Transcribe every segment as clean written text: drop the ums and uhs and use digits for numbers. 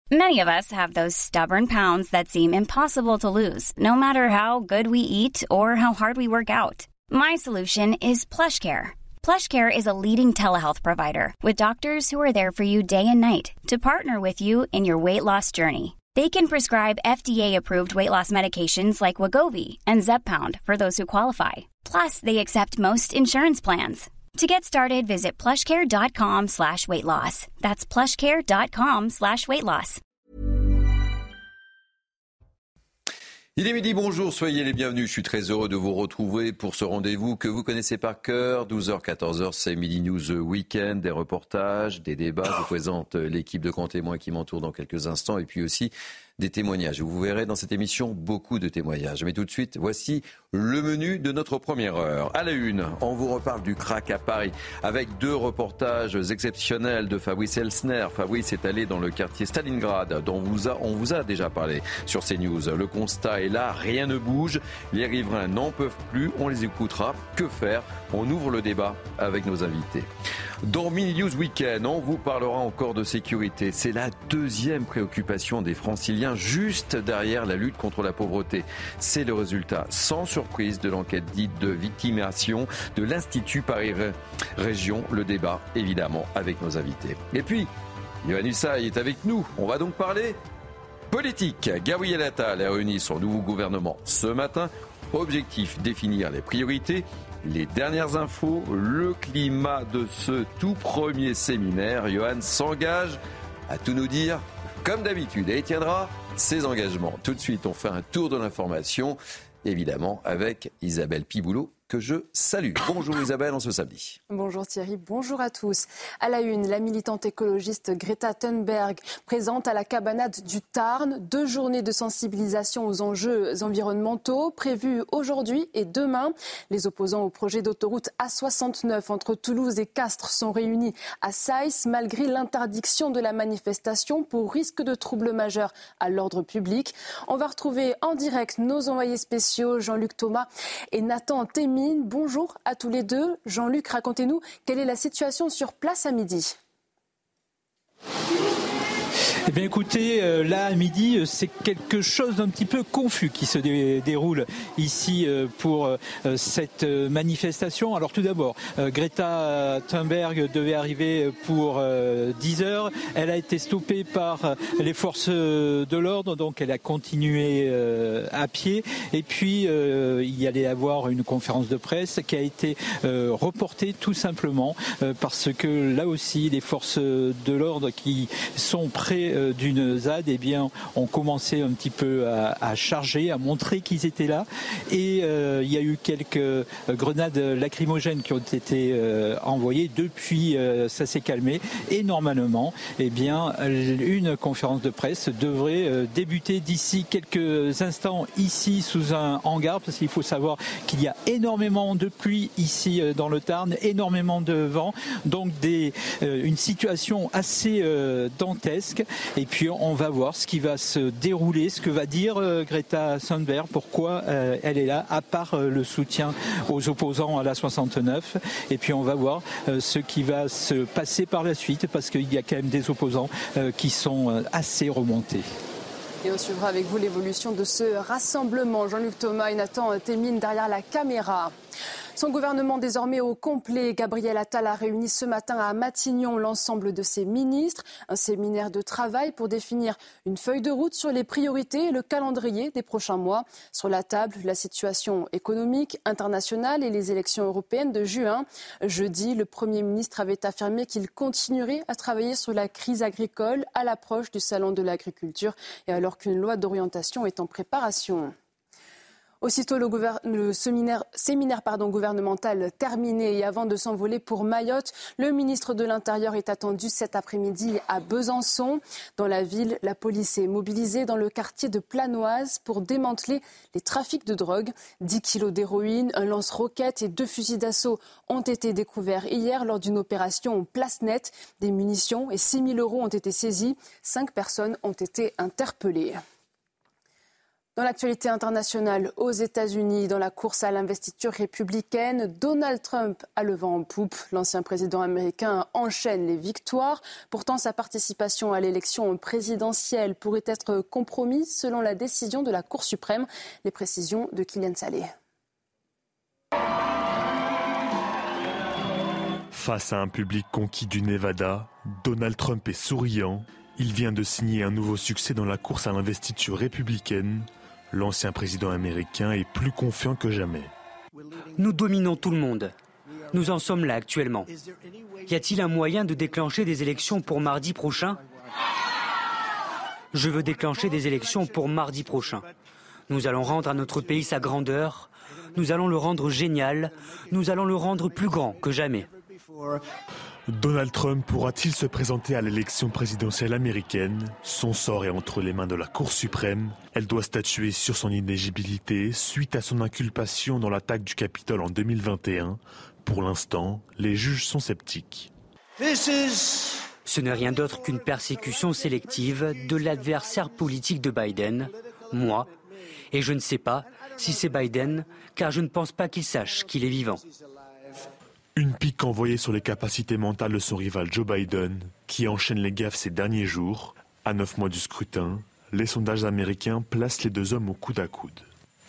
Many of us have those stubborn pounds that seem impossible to lose, no matter how good we eat or how hard we work out. My solution is PlushCare. PlushCare is a leading telehealth provider with doctors who are there for you day and night to partner with you in your weight loss journey. They can prescribe FDA-approved weight loss medications like Wegovy and Zepbound for those who qualify. Plus, they accept most insurance plans. To get started, visit plushcare.com/weightloss. That's plushcare.com/weightloss. Il est midi, bonjour, soyez les bienvenus. Je suis très heureux de vous retrouver pour ce rendez-vous que vous connaissez par cœur. 12h, 14h, c'est Midi News Weekend, des reportages, des débats. Je vous présente l'équipe de grands témoins qui m'entoure dans quelques instants et puis aussi des témoignages. Vous verrez dans cette émission beaucoup de témoignages. Mais tout de suite, voici le menu de notre première heure. À la une, on vous reparle du crack à Paris avec 2 reportages exceptionnels de Fabrice Elsner. Fabrice est allé dans le quartier Stalingrad dont on vous a déjà parlé sur CNews. Le constat est là, rien ne bouge. Les riverains n'en peuvent plus. On les écoutera. Que faire ? On ouvre le débat avec nos invités. Dans Mini News Weekend, on vous parlera encore de sécurité. C'est la 2e préoccupation des Franciliens, juste derrière la lutte contre la pauvreté. C'est le résultat, sans surprise, de l'enquête dite de victimation de l'Institut Paris Région. Le débat, évidemment, avec nos invités. Et puis, Yohann Usaï est avec nous. On va donc parler politique. Gabriel Attal a réuni son nouveau gouvernement ce matin. Objectif, définir les priorités. Les dernières infos, le climat de ce tout premier séminaire. Yohann s'engage à tout nous dire, comme d'habitude, et il tiendra ses engagements. Tout de suite, on fait un tour de l'information, évidemment, avec Isabelle Piboulot, que je salue. Bonjour Isabelle, en ce samedi. Bonjour Thierry, bonjour à tous. À la une, la militante écologiste Greta Thunberg présente à la cabanade du Tarn 2 journées de sensibilisation aux enjeux environnementaux prévues aujourd'hui et demain. Les opposants au projet d'autoroute A69 entre Toulouse et Castres sont réunis à Saïs malgré l'interdiction de la manifestation pour risque de troubles majeurs à l'ordre public. On va retrouver en direct nos envoyés spéciaux Jean-Luc Thomas et Nathan Témy. Bonjour à tous les deux. Jean-Luc, racontez-nous quelle est la situation sur place à midi. Eh bien écoutez, là à midi, c'est quelque chose d'un petit peu confus qui se déroule ici pour cette manifestation. Alors tout d'abord, Greta Thunberg devait arriver pour 10h. Elle a été stoppée par les forces de l'ordre, donc elle a continué à pied. Et puis il y allait avoir une conférence de presse qui a été reportée tout simplement parce que là aussi les forces de l'ordre qui sont près d'une ZAD, eh bien, ont commencé un petit peu à charger, à montrer qu'ils étaient là. Et il y a eu quelques grenades lacrymogènes qui ont été envoyées. Depuis, ça s'est calmé. Et normalement, eh bien, une conférence de presse devrait débuter d'ici quelques instants ici sous un hangar, parce qu'il faut savoir qu'il y a énormément de pluie ici dans le Tarn, énormément de vent, donc une situation assez dantesque. Et puis on va voir ce qui va se dérouler, ce que va dire Greta Thunberg, pourquoi elle est là, à part le soutien aux opposants à la 69. Et puis on va voir ce qui va se passer par la suite, parce qu'il y a quand même des opposants qui sont assez remontés. Et on suivra avec vous l'évolution de ce rassemblement. Jean-Luc Thomas et Nathan Témine derrière la caméra. Son gouvernement désormais au complet, Gabriel Attal a réuni ce matin à Matignon l'ensemble de ses ministres. Un séminaire de travail pour définir une feuille de route sur les priorités et le calendrier des prochains mois. Sur la table, la situation économique, internationale et les élections européennes de juin. Jeudi, le Premier ministre avait affirmé qu'il continuerait à travailler sur la crise agricole à l'approche du Salon de l'agriculture et alors qu'une loi d'orientation est en préparation. Aussitôt le séminaire gouvernemental terminé et avant de s'envoler pour Mayotte, le ministre de l'Intérieur est attendu cet après-midi à Besançon. Dans la ville, la police est mobilisée dans le quartier de Planoise pour démanteler les trafics de drogue. 10 kilos d'héroïne, un lance-roquettes et 2 fusils d'assaut ont été découverts hier lors d'une opération Place Nette. Des munitions et 6 000 € ont été saisis. 5 personnes ont été interpellées. Dans l'actualité internationale, aux États-Unis, dans la course à l'investiture républicaine, Donald Trump a le vent en poupe. L'ancien président américain enchaîne les victoires. Pourtant, sa participation à l'élection présidentielle pourrait être compromise selon la décision de la Cour suprême. Les précisions de Kylian Salé. Face à un public conquis du Nevada, Donald Trump est souriant. Il vient de signer un nouveau succès dans la course à l'investiture républicaine. L'ancien président américain est plus confiant que jamais. Nous dominons tout le monde. Nous en sommes là actuellement. Y a-t-il un moyen de déclencher des élections pour mardi prochain ? Je veux déclencher des élections pour mardi prochain. Nous allons rendre à notre pays sa grandeur. Nous allons le rendre génial. Nous allons le rendre plus grand que jamais. Donald Trump pourra-t-il se présenter à l'élection présidentielle américaine ? Son sort est entre les mains de la Cour suprême. Elle doit statuer sur son inéligibilité suite à son inculpation dans l'attaque du Capitole en 2021. Pour l'instant, les juges sont sceptiques. Ce n'est rien d'autre qu'une persécution sélective de l'adversaire politique de Biden, moi. Et je ne sais pas si c'est Biden, car je ne pense pas qu'il sache qu'il est vivant. Une pique envoyée sur les capacités mentales de son rival Joe Biden, qui enchaîne les gaffes ces derniers jours. À 9 mois du scrutin, les sondages américains placent les deux hommes au coude à coude.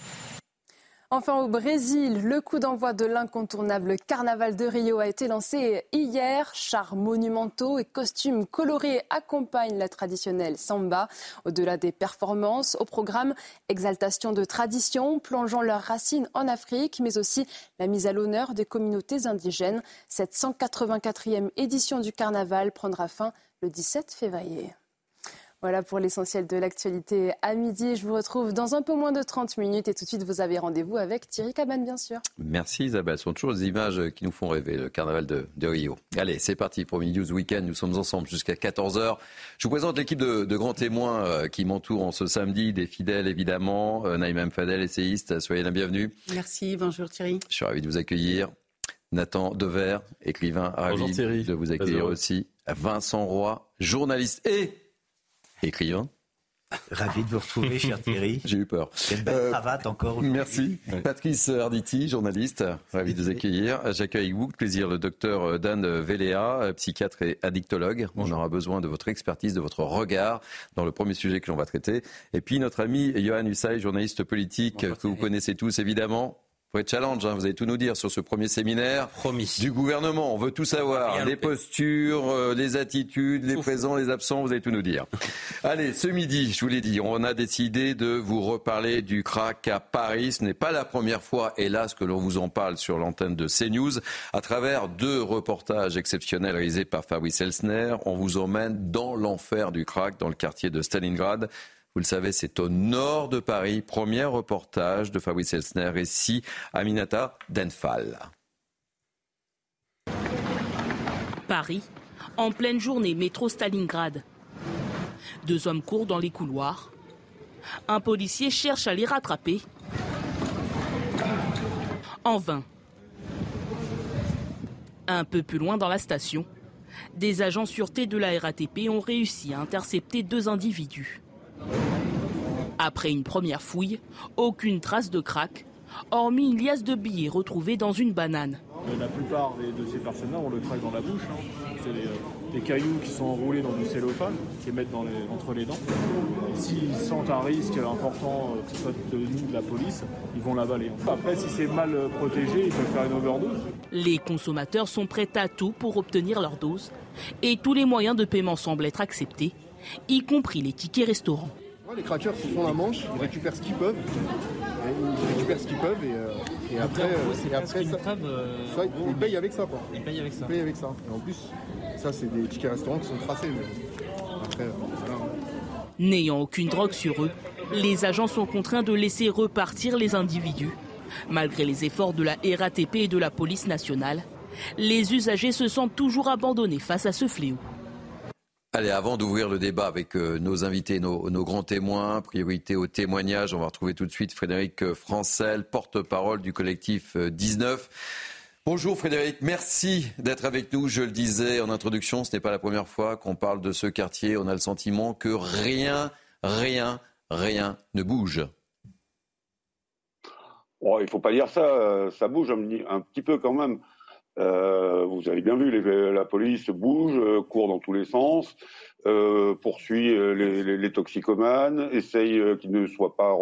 Enfin, au Brésil, le coup d'envoi de l'incontournable Carnaval de Rio a été lancé hier. Chars monumentaux et costumes colorés accompagnent la traditionnelle samba. Au-delà des performances, au programme, exaltation de traditions, plongeant leurs racines en Afrique, mais aussi la mise à l'honneur des communautés indigènes. Cette 184e édition du Carnaval prendra fin le 17 février. Voilà pour l'essentiel de l'actualité à midi. Je vous retrouve dans un peu moins de 30 minutes et tout de suite vous avez rendez-vous avec Thierry Cabane bien sûr. Merci Isabelle, ce sont toujours des images qui nous font rêver, le carnaval de Rio. Allez, c'est parti pour Midi News Weekend, nous sommes ensemble jusqu'à 14h. Je vous présente l'équipe de grands témoins qui m'entourent en ce samedi, des fidèles évidemment. Naïma Mfadel, essayiste, soyez la bienvenue. Merci, bonjour Thierry. Je suis ravi de vous accueillir. Nathan Dever, écrivain, ravi de vous accueillir aussi. Vincent Roy, journaliste et écrivain. Ravi de vous retrouver, cher Thierry. J'ai eu peur. Une belle cravate encore aujourd'hui. Merci. Patrice Arditi, journaliste, ravi de vous accueillir. J'accueille avec beaucoup de plaisir le docteur Dan Véléa, psychiatre et addictologue. Bonjour. On aura besoin de votre expertise, de votre regard dans le premier sujet que l'on va traiter. Et puis notre ami Yohann Usaï, journaliste politique. Bonjour, que vous connaissez tous évidemment. Pour être challenge, vous allez tout nous dire sur ce premier séminaire. Promis. Du gouvernement. On veut tout savoir. Les postures, les attitudes, les présents, les absents, vous allez tout nous dire. Allez, ce midi, je vous l'ai dit, on a décidé de vous reparler du crack à Paris. Ce n'est pas la première fois, hélas, que l'on vous en parle sur l'antenne de CNews. À travers 2 reportages exceptionnels réalisés par Fabrice Elsner, on vous emmène dans l'enfer du crack, dans le quartier de Stalingrad. Vous le savez, c'est au nord de Paris. Premier reportage de Fabrice Elsner, récit Aminata Denfal. Paris, en pleine journée, métro Stalingrad. 2 hommes courent dans les couloirs. Un policier cherche à les rattraper. En vain. Un peu plus loin dans la station, des agents sûreté de la RATP ont réussi à intercepter 2 individus. Après une première fouille, aucune trace de crack, hormis une liasse de billets retrouvée dans une banane. La plupart de ces personnes-là ont le crack dans la bouche. C'est des cailloux qui sont enroulés dans du cellophane, qui mettent entre les dents. Et s'ils sentent un risque important, que ce soit de nous, de la police, ils vont l'avaler. Après, si c'est mal protégé, ils peuvent faire une overdose. Les consommateurs sont prêts à tout pour obtenir leur dose. Et tous les moyens de paiement semblent être acceptés, y compris les tickets restaurants. Les craqueurs se font la manche, ils récupèrent ce qu'ils peuvent. Et après ils payent avec ça. Ils payent avec ça. Et en plus, ça c'est des tickets restaurants qui sont tracés. Après, voilà. N'ayant aucune drogue sur eux, les agents sont contraints de laisser repartir les individus. Malgré les efforts de la RATP et de la police nationale, les usagers se sentent toujours abandonnés face à ce fléau. Allez, avant d'ouvrir le débat avec nos invités, nos grands témoins, priorité au témoignage, on va retrouver tout de suite Frédéric Francel, porte-parole du collectif 19. Bonjour Frédéric, merci d'être avec nous. Je le disais en introduction, ce n'est pas la première fois qu'on parle de ce quartier. On a le sentiment que rien ne bouge. Oh, il ne faut pas dire ça, ça bouge un petit peu quand même. Vous avez bien vu, la police bouge, court dans tous les sens, poursuit les toxicomanes, essaye qu'ils ne se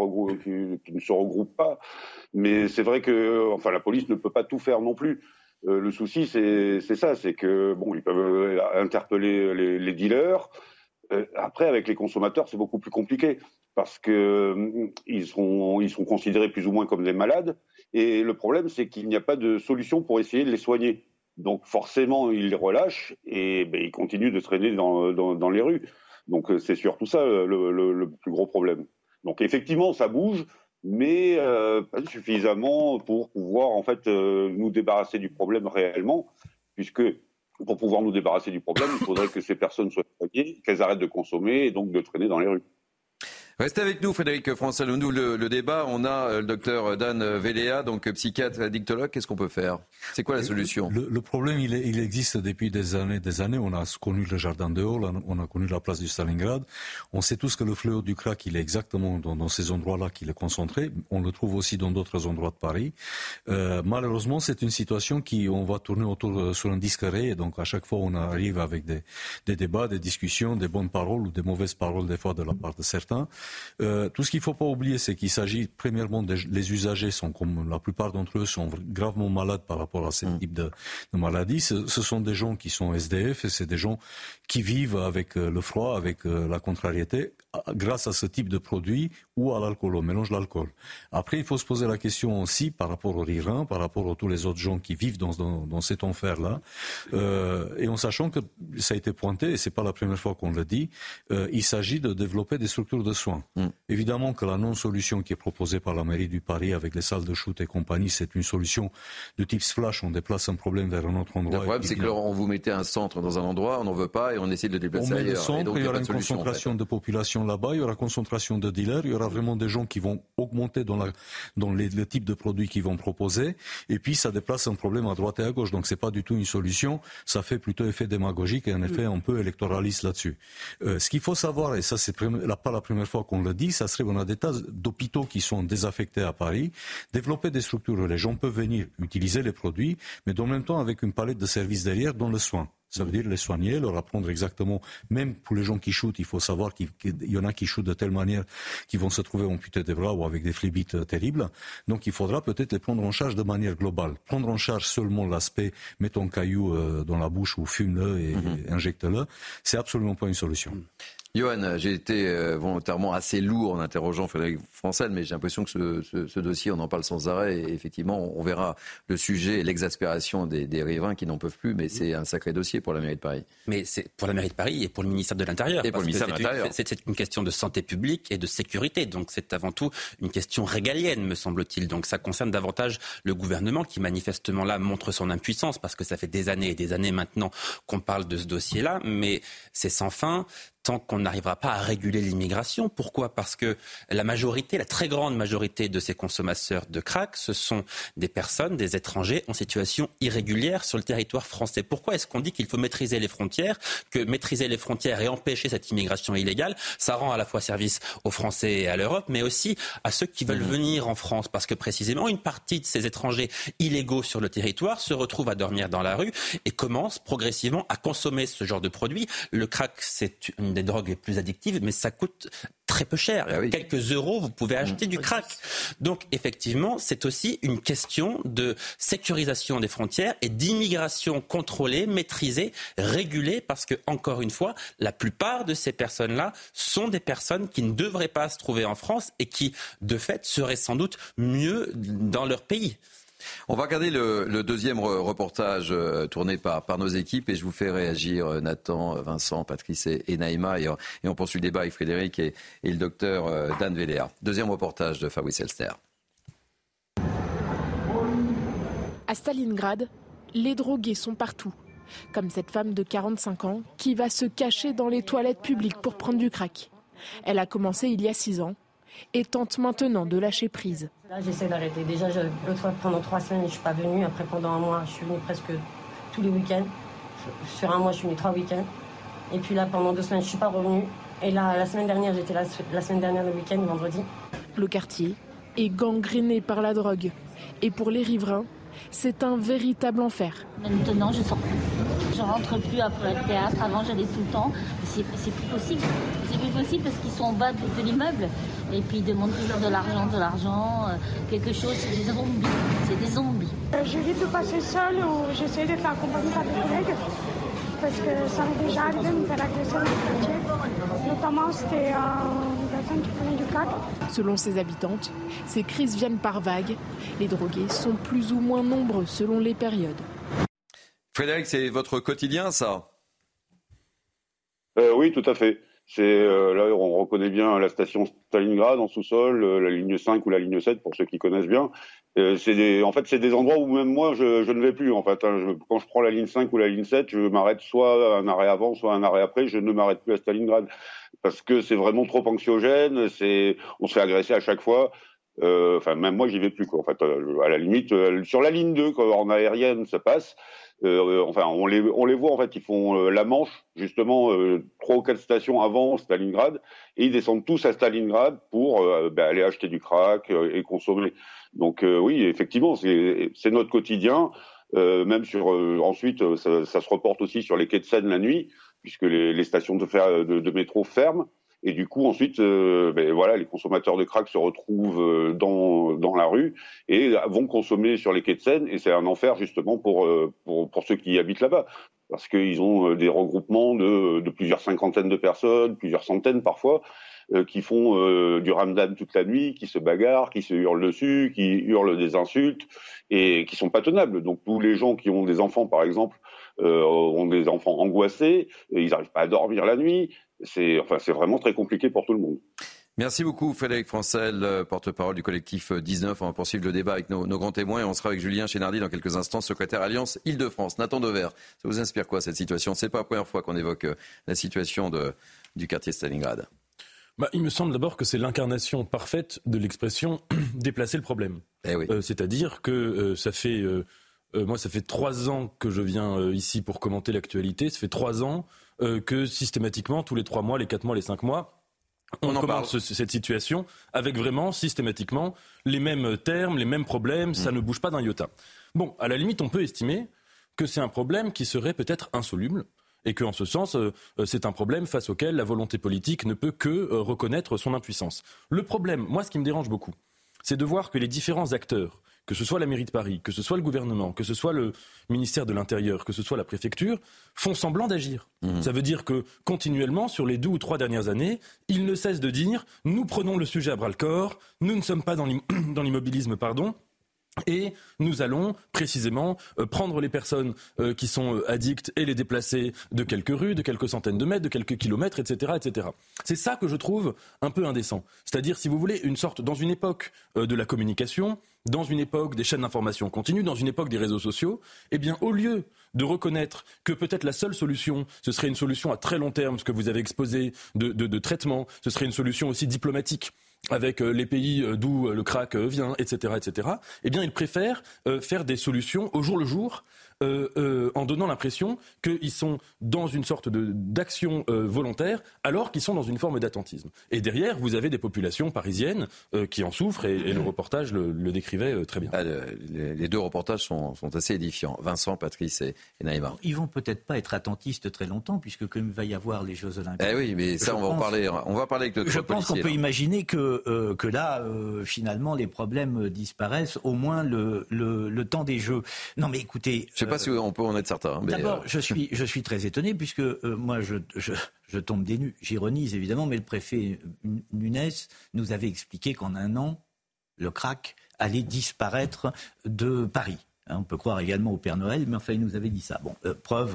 regroupent pas. Mais c'est vrai que, la police ne peut pas tout faire non plus. Le souci, c'est ça, c'est que ils peuvent interpeller les dealers. Après, avec les consommateurs, c'est beaucoup plus compliqué parce que ils sont considérés plus ou moins comme des malades. Et le problème, c'est qu'il n'y a pas de solution pour essayer de les soigner. Donc forcément, ils les relâchent et ils continuent de traîner dans les rues. Donc c'est surtout ça le plus gros problème. Donc effectivement, ça bouge, mais pas suffisamment pour pouvoir nous débarrasser du problème réellement, puisque pour pouvoir nous débarrasser du problème, il faudrait que ces personnes soient soignées, qu'elles arrêtent de consommer et donc de traîner dans les rues. Restez avec nous, Frédéric Francel. On ouvre le débat. On a le docteur Dan Véléa, donc psychiatre addictologue. Qu'est-ce qu'on peut faire ? C'est quoi la solution ? Le problème, il existe depuis des années. On a connu le jardin de Hall, on a connu la place du Stalingrad. On sait tous que le fléau du crack, il est exactement dans ces endroits-là qu'il est concentré. On le trouve aussi dans d'autres endroits de Paris. Malheureusement, c'est une situation on va tourner autour sur un disque rayé. Donc à chaque fois, on arrive avec des débats, des discussions, des bonnes paroles ou des mauvaises paroles des fois de la part de certains. Tout ce qu'il ne faut pas oublier, c'est qu'il s'agit premièrement les usagers sont, comme la plupart d'entre eux, sont gravement malades par rapport à ce type de maladie. Ce sont des gens qui sont SDF et c'est des gens qui vivent avec le froid, avec la contrariété, grâce à ce type de produit ou à l'alcool, au mélange d'alcool. Après, il faut se poser la question aussi par rapport aux riverains, par rapport à tous les autres gens qui vivent dans cet enfer-là, et en sachant que ça a été pointé, et c'est pas la première fois qu'on le dit, il s'agit de développer des structures de soins. Évidemment que la non-solution qui est proposée par la mairie du Paris avec les salles de shoot et compagnie, c'est une solution de type splash, on déplace un problème vers un autre endroit. Le problème, c'est que on vous mettait un centre dans un endroit, on n'en veut pas et on essaie de le déplacer ailleurs. On met le centre, donc, il y aura une concentration de population là-bas, il y aura concentration de dealers, il y aura vraiment des gens qui vont augmenter dans le type de produits qu'ils vont proposer, et puis ça déplace un problème à droite et à gauche. Donc c'est pas du tout une solution, ça fait plutôt effet démagogique et un effet un peu électoraliste là-dessus. Ce qu'il faut savoir, et ça c'est pas la première fois qu'on le dit, ça serait qu'on a des tas d'hôpitaux qui sont désaffectés à Paris, développer des structures où les gens peuvent venir utiliser les produits, mais en même temps avec une palette de services derrière dans le soin. Ça veut dire les soigner, leur apprendre exactement, même pour les gens qui shootent, il faut savoir qu'il y en a qui shootent de telle manière qu'ils vont se trouver amputés des bras ou avec des phlébites terribles. Donc il faudra peut-être les prendre en charge de manière globale. Prendre en charge seulement l'aspect « mets ton caillou dans la bouche ou fume-le et injecte-le », c'est absolument pas une solution. Johan, j'ai été volontairement assez lourd en interrogeant Frédéric Francel, mais j'ai l'impression que ce dossier, on en parle sans arrêt. Et effectivement, on verra le sujet et l'exaspération des riverains qui n'en peuvent plus, mais c'est un sacré dossier pour la mairie de Paris. Mais c'est pour la mairie de Paris et pour le ministère de l'Intérieur. Et pour le ministère de l'Intérieur. C'est une question de santé publique et de sécurité. Donc c'est avant tout une question régalienne, me semble-t-il. Donc ça concerne davantage le gouvernement qui manifestement là montre son impuissance parce que ça fait des années et des années maintenant qu'on parle de ce dossier-là, mais c'est sans fin. Tant qu'on n'arrivera pas à réguler l'immigration. Pourquoi ? Parce que la très grande majorité de ces consommateurs de crack, ce sont des personnes, des étrangers en situation irrégulière sur le territoire français. Pourquoi est-ce qu'on dit qu'il faut maîtriser les frontières, que maîtriser les frontières et empêcher cette immigration illégale, ça rend à la fois service aux Français et à l'Europe, mais aussi à ceux qui veulent venir en France, parce que précisément une partie de ces étrangers illégaux sur le territoire se retrouvent à dormir dans la rue et commencent progressivement à consommer ce genre de produits. Le crack, c'est une des drogues les plus addictives, mais ça coûte très peu cher. Quelques euros, vous pouvez acheter du crack. Donc, effectivement, c'est aussi une question de sécurisation des frontières et d'immigration contrôlée, maîtrisée, régulée, parce que, encore une fois, la plupart de ces personnes-là sont des personnes qui ne devraient pas se trouver en France et qui, de fait, seraient sans doute mieux dans leur pays. On va regarder le deuxième reportage tourné par nos équipes et je vous fais réagir Nathan, Vincent, Patrice et Naïma et on poursuit le débat avec Frédéric et le docteur Dan Véléa. Deuxième reportage de Fabrice Elster. À Stalingrad, les drogués sont partout. Comme cette femme de 45 ans qui va se cacher dans les toilettes publiques pour prendre du crack. Elle a commencé il y a 6 ans et tente maintenant de lâcher prise. Là, j'essaie d'arrêter. Déjà, l'autre fois, pendant 3 semaines, je ne suis pas venue. Après, pendant un mois, je suis venue presque tous les week-ends. Sur un mois, je suis venue 3 week-ends. Et puis là, pendant 2 semaines, je ne suis pas revenue. Et là, la semaine dernière, j'étais là, la semaine dernière, le week-end, vendredi. Le quartier est gangréné par la drogue. Et pour les riverains, c'est un véritable enfer. Maintenant, je sors plus. Je rentre plus après le théâtre. Avant, j'allais tout le temps. C'est plus possible. C'est plus possible parce qu'ils sont en bas de l'immeuble. Et puis, ils demandent toujours de l'argent, quelque chose. C'est des zombies. C'est des zombies. J'évite de passer seule ou j'essaie d'être accompagnée par des collègues. Parce que ça m'est déjà arrivé de me faire agresser dans le quartier. Notamment, c'était une personne qui prenait du crack. Selon ses habitantes, ces crises viennent par vagues. Les drogués sont plus ou moins nombreux selon les périodes. Frédéric, c'est votre quotidien, ça ? Oui, tout à fait. Là, on reconnaît bien la station Stalingrad en sous-sol, la ligne 5 ou la ligne 7, pour ceux qui connaissent bien. C'est des endroits où même moi, je ne vais plus, en fait. Quand je prends la ligne 5 ou la ligne 7, je m'arrête soit un arrêt avant, soit un arrêt après. Je ne m'arrête plus à Stalingrad. Parce que c'est vraiment trop anxiogène. On se fait agresser à chaque fois. Même moi, j'y vais plus, quoi. En fait, à la limite, sur la ligne 2, quand en aérienne, ça passe. On les voit, en fait, ils font la Manche, justement, 3 ou 4 stations avant Stalingrad, et ils descendent tous à Stalingrad pour aller acheter du crack et consommer. Donc oui, effectivement, c'est notre quotidien. Même ensuite, ça se reporte aussi sur les quais de Seine la nuit, puisque les stations de métro ferment. Et du coup, ensuite, les consommateurs de crack se retrouvent dans la rue et vont consommer sur les quais de Seine. Et c'est un enfer, justement, pour ceux qui habitent là-bas. Parce qu'ils ont des regroupements de plusieurs cinquantaines de personnes, plusieurs centaines parfois, qui font du ramdam toute la nuit, qui se bagarrent, qui se hurlent dessus, qui hurlent des insultes et qui sont pas tenables. Donc tous les gens qui ont des enfants, par exemple, ont des enfants angoissés, et ils n'arrivent pas à dormir la nuit. C'est vraiment très compliqué pour tout le monde. Merci beaucoup Frédéric Francel, porte-parole du collectif 19. On va poursuivre le débat avec nos grands témoins et on sera avec Julien Chénardi dans quelques instants, secrétaire Alliance Île-de-France. Nathan Dever, ça vous inspire quoi cette situation ? C'est pas la première fois qu'on évoque la situation du quartier Stalingrad. Il me semble d'abord que c'est l'incarnation parfaite de l'expression « déplacer le problème ». Oui. C'est-à-dire que ça fait 3 ans que je viens ici pour commenter l'actualité. Ça fait 3 ans que systématiquement, tous les 3 mois, les 4 mois, les 5 mois, on commente cette situation avec vraiment systématiquement les mêmes termes, les mêmes problèmes. Ça ne bouge pas d'un iota. Bon, à la limite, on peut estimer que c'est un problème qui serait peut-être insoluble. Et qu'en ce sens, c'est un problème face auquel la volonté politique ne peut que reconnaître son impuissance. Le problème, moi, ce qui me dérange beaucoup, c'est de voir que les différents acteurs, que ce soit la mairie de Paris, que ce soit le gouvernement, que ce soit le ministère de l'Intérieur, que ce soit la préfecture, font semblant d'agir. Ça veut dire que, continuellement, sur les 2 ou 3 dernières années, ils ne cessent de dire « nous prenons le sujet à bras-le-corps, nous ne sommes pas dans l'immobilisme, et nous allons précisément prendre les personnes qui sont addictes et les déplacer de quelques rues, de quelques centaines de mètres, de quelques kilomètres, etc., etc. C'est ça que je trouve un peu indécent. C'est-à-dire, si vous voulez, dans une époque de la communication, dans une époque des chaînes d'information continues, dans une époque des réseaux sociaux, eh bien, au lieu de reconnaître que peut-être la seule solution, ce serait une solution à très long terme, ce que vous avez exposé de traitement, ce serait une solution aussi diplomatique, avec les pays d'où le crack vient, etc., etc., eh bien, ils préfèrent faire des solutions au jour le jour, en donnant l'impression qu'ils sont dans une sorte d'action volontaire, alors qu'ils sont dans une forme d'attentisme. Et derrière, vous avez des populations parisiennes qui en souffrent, et le reportage le décrivait très bien. Les 2 reportages sont assez édifiants. Vincent, Patrice et Naïma. Ils vont peut-être pas être attentistes très longtemps, puisque comme il va y avoir les Jeux Olympiques. Oui, mais ça, on va en parler. On va parler avec notre policier. Je pense qu'on peut imaginer que là, finalement, les problèmes disparaissent, au moins le temps des Jeux. Non, mais écoutez... Je ne sais pas si on peut en être certain. D'abord, je suis très étonné, puisque moi, je tombe des nues. J'ironise, évidemment, mais le préfet Nunes nous avait expliqué qu'en 1 an, le crack allait disparaître de Paris. On peut croire également au Père Noël, mais enfin, il nous avait dit ça. Bon, preuve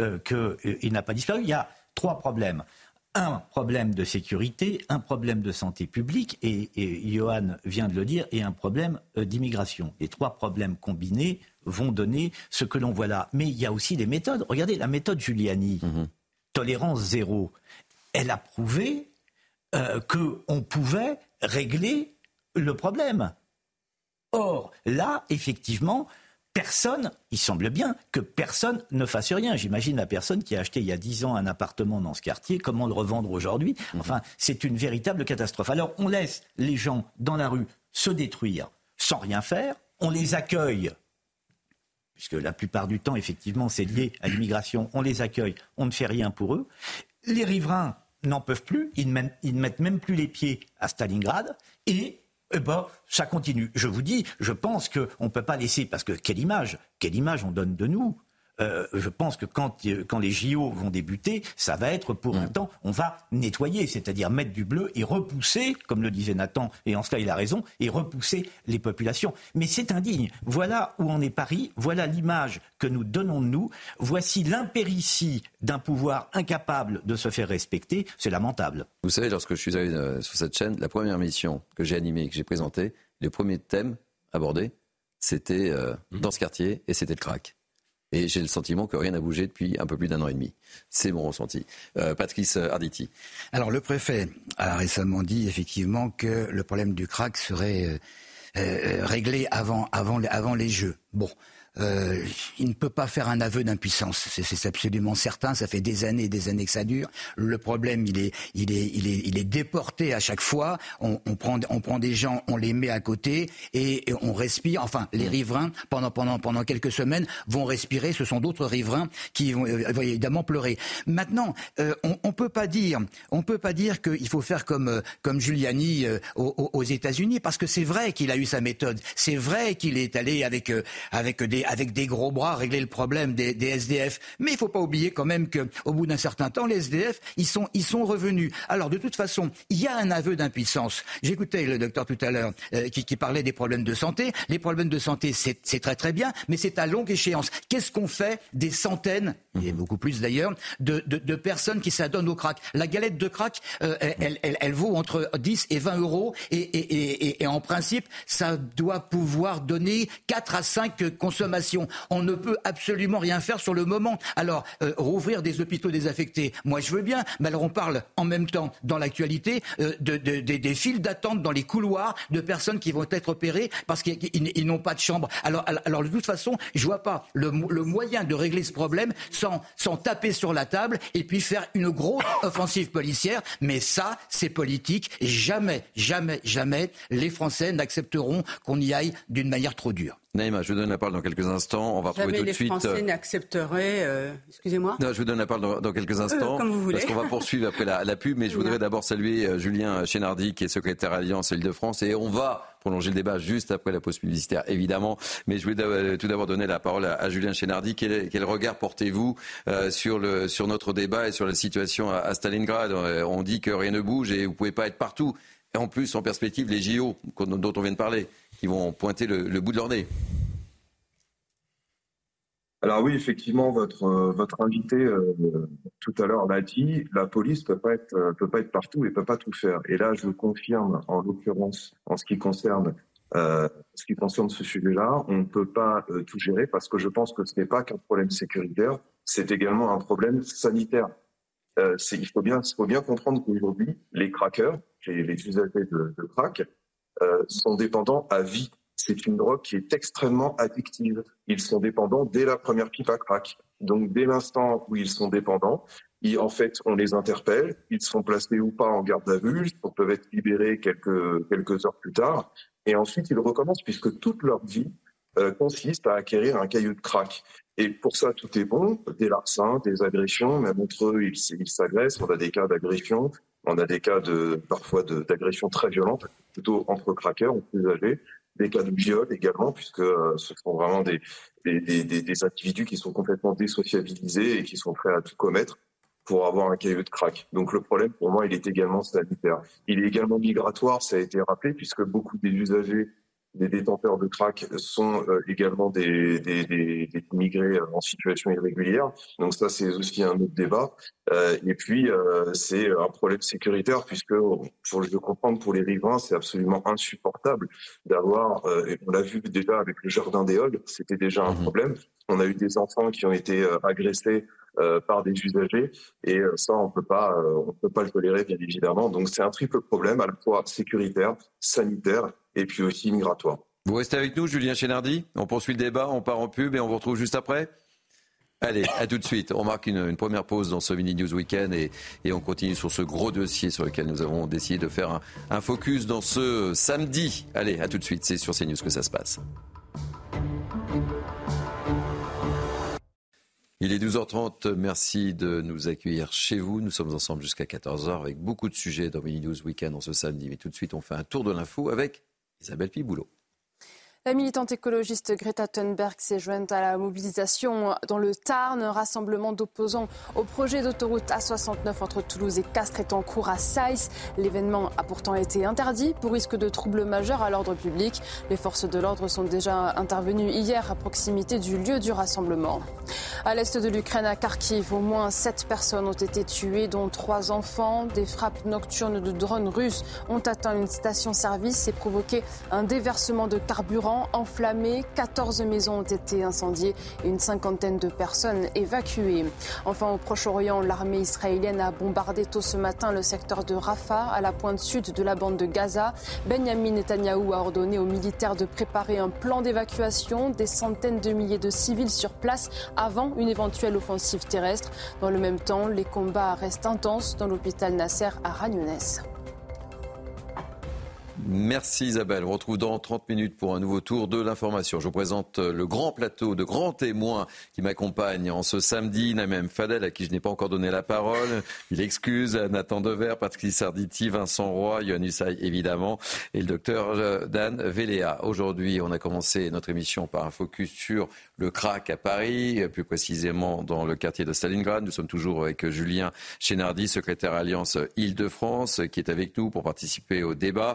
qu'il n'a pas disparu. Il y a 3 problèmes. Un problème de sécurité, un problème de santé publique, et Johan vient de le dire, et un problème d'immigration. Les 3 problèmes combinés vont donner ce que l'on voit là. Mais il y a aussi des méthodes. Regardez, la méthode Giuliani, tolérance zéro, elle a prouvé qu'on pouvait régler le problème. Or, là, effectivement... il semble bien que personne ne fasse rien. J'imagine la personne qui a acheté il y a 10 ans un appartement dans ce quartier, comment le revendre aujourd'hui ? Enfin, c'est une véritable catastrophe. Alors, on laisse les gens dans la rue se détruire sans rien faire. On les accueille, puisque la plupart du temps, effectivement, c'est lié à l'immigration. On les accueille, on ne fait rien pour eux. Les riverains n'en peuvent plus, ils ne mettent même plus les pieds à Stalingrad et ça continue. Je vous dis, je pense qu'on ne peut pas laisser, parce que quelle image on donne de nous. Je pense que quand les JO vont débuter, ça va être pour un temps, on va nettoyer, c'est-à-dire mettre du bleu et repousser, comme le disait Nathan, et en cela il a raison, et repousser les populations. Mais c'est indigne. Voilà où en est Paris, voilà l'image que nous donnons de nous, voici l'impéritie d'un pouvoir incapable de se faire respecter, c'est lamentable. Vous savez, lorsque je suis arrivé sur cette chaîne, la première mission que j'ai animée et que j'ai présentée, le premier thème abordé, c'était dans ce quartier, et c'était le crack. Et j'ai le sentiment que rien n'a bougé depuis un peu plus d'1 an et demi. C'est mon ressenti. Patrice Arditi. Alors le préfet a récemment dit effectivement que le problème du crack serait réglé avant les Jeux. Bon. Il ne peut pas faire un aveu d'impuissance, c'est absolument certain. Ça fait des années et des années que ça dure. Le problème, il est déporté à chaque fois. On prend des gens, on les met à côté et on respire. Enfin, les riverains pendant quelques semaines vont respirer. Ce sont d'autres riverains qui vont évidemment pleurer. Maintenant, on peut pas dire qu'il faut faire comme Giuliani aux États-Unis, parce que c'est vrai qu'il a eu sa méthode. C'est vrai qu'il est allé avec des gros bras régler le problème des SDF. Mais il faut pas oublier quand même qu'au bout d'un certain temps, les SDF, ils sont revenus. Alors de toute façon, il y a un aveu d'impuissance. J'écoutais le docteur tout à l'heure qui parlait des problèmes de santé. Les problèmes de santé, c'est très très bien, mais c'est à longue échéance. Qu'est-ce qu'on fait des centaines, et beaucoup plus d'ailleurs, de personnes qui s'adonnent au crack? La galette de crack, elle vaut entre 10 et 20 euros et en principe, ça doit pouvoir donner 4 à 5 consommations. On ne peut absolument rien faire sur le moment. Alors, rouvrir des hôpitaux désaffectés, moi je veux bien, mais alors on parle en même temps, dans l'actualité, des files d'attente dans les couloirs de personnes qui vont être opérées parce qu'ils n'ont pas de chambre. Alors de toute façon, je vois pas le moyen de régler ce problème sans taper sur la table et puis faire une grosse offensive policière. Mais ça, c'est politique et jamais les Français n'accepteront qu'on y aille d'une manière trop dure. Naïma, je vous donne la parole dans quelques instants. On va retrouver tout de suite. Jamais les Français n'accepteraient. Excusez-moi. Non, je vous donne la parole dans quelques instants. Comme vous voulez. Parce qu'on va poursuivre après la pub, mais je voudrais d'abord saluer Julien Chénardi, qui est secrétaire Alliance Île-de-France, et on va prolonger le débat juste après la pause publicitaire, évidemment. Mais je voulais tout d'abord donner la parole à Julien Chénardi. Quel regard portez-vous sur notre débat et sur la situation à Stalingrad? On dit que rien ne bouge et vous pouvez pas être partout. Et en plus, en perspective, les JO dont on vient de parler, qui vont pointer le bout de leur nez. Alors oui, effectivement, votre invité tout à l'heure l'a dit, la police peut pas être partout et peut pas tout faire. Et là, je confirme, en l'occurrence, en ce qui concerne ce sujet-là, on ne peut pas tout gérer parce que je pense que ce n'est pas qu'un problème sécuritaire, c'est également un problème sanitaire. Il faut bien comprendre qu'aujourd'hui, les crackers, les usagers de crack, sont dépendants à vie. C'est une drogue qui est extrêmement addictive. Ils sont dépendants dès la première pipe à crack. Donc, dès l'instant où ils sont dépendants, en fait, on les interpelle. Ils sont placés ou pas en garde à vue. Ils peuvent être libérés quelques heures plus tard. Et ensuite, ils recommencent puisque toute leur vie consiste à acquérir un caillou de crack. Et pour ça, tout est bon. Des larcins, des agressions, même entre eux, ils s'agressent. On a des cas d'agression. On a des cas parfois d'agression très violente, plutôt entre crackers ou plus âgés. Des cas de viol également, puisque ce sont vraiment des individus qui sont complètement désociabilisés et qui sont prêts à tout commettre pour avoir un caillou de crack. Donc le problème, pour moi, il est également sanitaire. Il est également migratoire, ça a été rappelé, puisque beaucoup des usagers, des détenteurs de crack sont également des immigrés en situation irrégulière. Donc ça, c'est aussi un autre débat. Et puis, c'est un problème sécuritaire puisque, je veux comprendre, pour les riverains, c'est absolument insupportable d'avoir, et on l'a vu déjà avec le jardin des Halles, c'était déjà un problème. On a eu des enfants qui ont été agressés par des usagers et ça, on peut pas le tolérer, bien évidemment. Donc c'est un triple problème, à la fois sécuritaire, sanitaire et puis aussi migratoire. Vous restez avec nous, Julien Chénardi. On poursuit le débat, on part en pub et on vous retrouve juste après. Allez, à tout de suite. On marque une première pause dans ce Midi News Weekend et on continue sur ce gros dossier sur lequel nous avons décidé de faire un focus dans ce samedi. Allez, à tout de suite. C'est sur CNews que ça se passe. Il est 12h30, merci de nous accueillir chez vous. Nous sommes ensemble jusqu'à 14h avec beaucoup de sujets dans Midi News Weekend en ce samedi. Mais tout de suite, on fait un tour de l'info avec Isabelle Piboulot. La militante écologiste Greta Thunberg s'est jointe à la mobilisation dans le Tarn. Un rassemblement d'opposants au projet d'autoroute A69 entre Toulouse et Castres est en cours à Saïs. L'événement a pourtant été interdit pour risque de troubles majeurs à l'ordre public. Les forces de l'ordre sont déjà intervenues hier à proximité du lieu du rassemblement. À l'est de l'Ukraine, à Kharkiv, au moins 7 personnes ont été tuées, dont 3 enfants. Des frappes nocturnes de drones russes ont atteint une station-service et provoqué un déversement de carburant. Enflammé, 14 maisons ont été incendiées et une 50aine de personnes évacuées. Enfin, au Proche-Orient, l'armée israélienne a bombardé tôt ce matin le secteur de Rafah, à la pointe sud de la bande de Gaza. Benyamin Netanyahou a ordonné aux militaires de préparer un plan d'évacuation, des centaines de milliers de civils sur place avant une éventuelle offensive terrestre. Dans le même temps, les combats restent intenses dans l'hôpital Nasser à Khan Younes. Merci Isabelle. On retrouve dans 30 minutes pour un nouveau tour de l'information. Je vous présente le grand plateau de grands témoins qui m'accompagnent en ce samedi. Naïm Fadel, à qui je n'ai pas encore donné la parole. Il excuse Nathan Dever, Patrice Arditi, Vincent Roy, Yohann Usaï évidemment et le docteur Dan Véléa. Aujourd'hui, on a commencé notre émission par un focus sur le crack à Paris, plus précisément dans le quartier de Stalingrad. Nous sommes toujours avec Julien Chénardi, secrétaire Alliance Île-de-France, qui est avec nous pour participer au débat.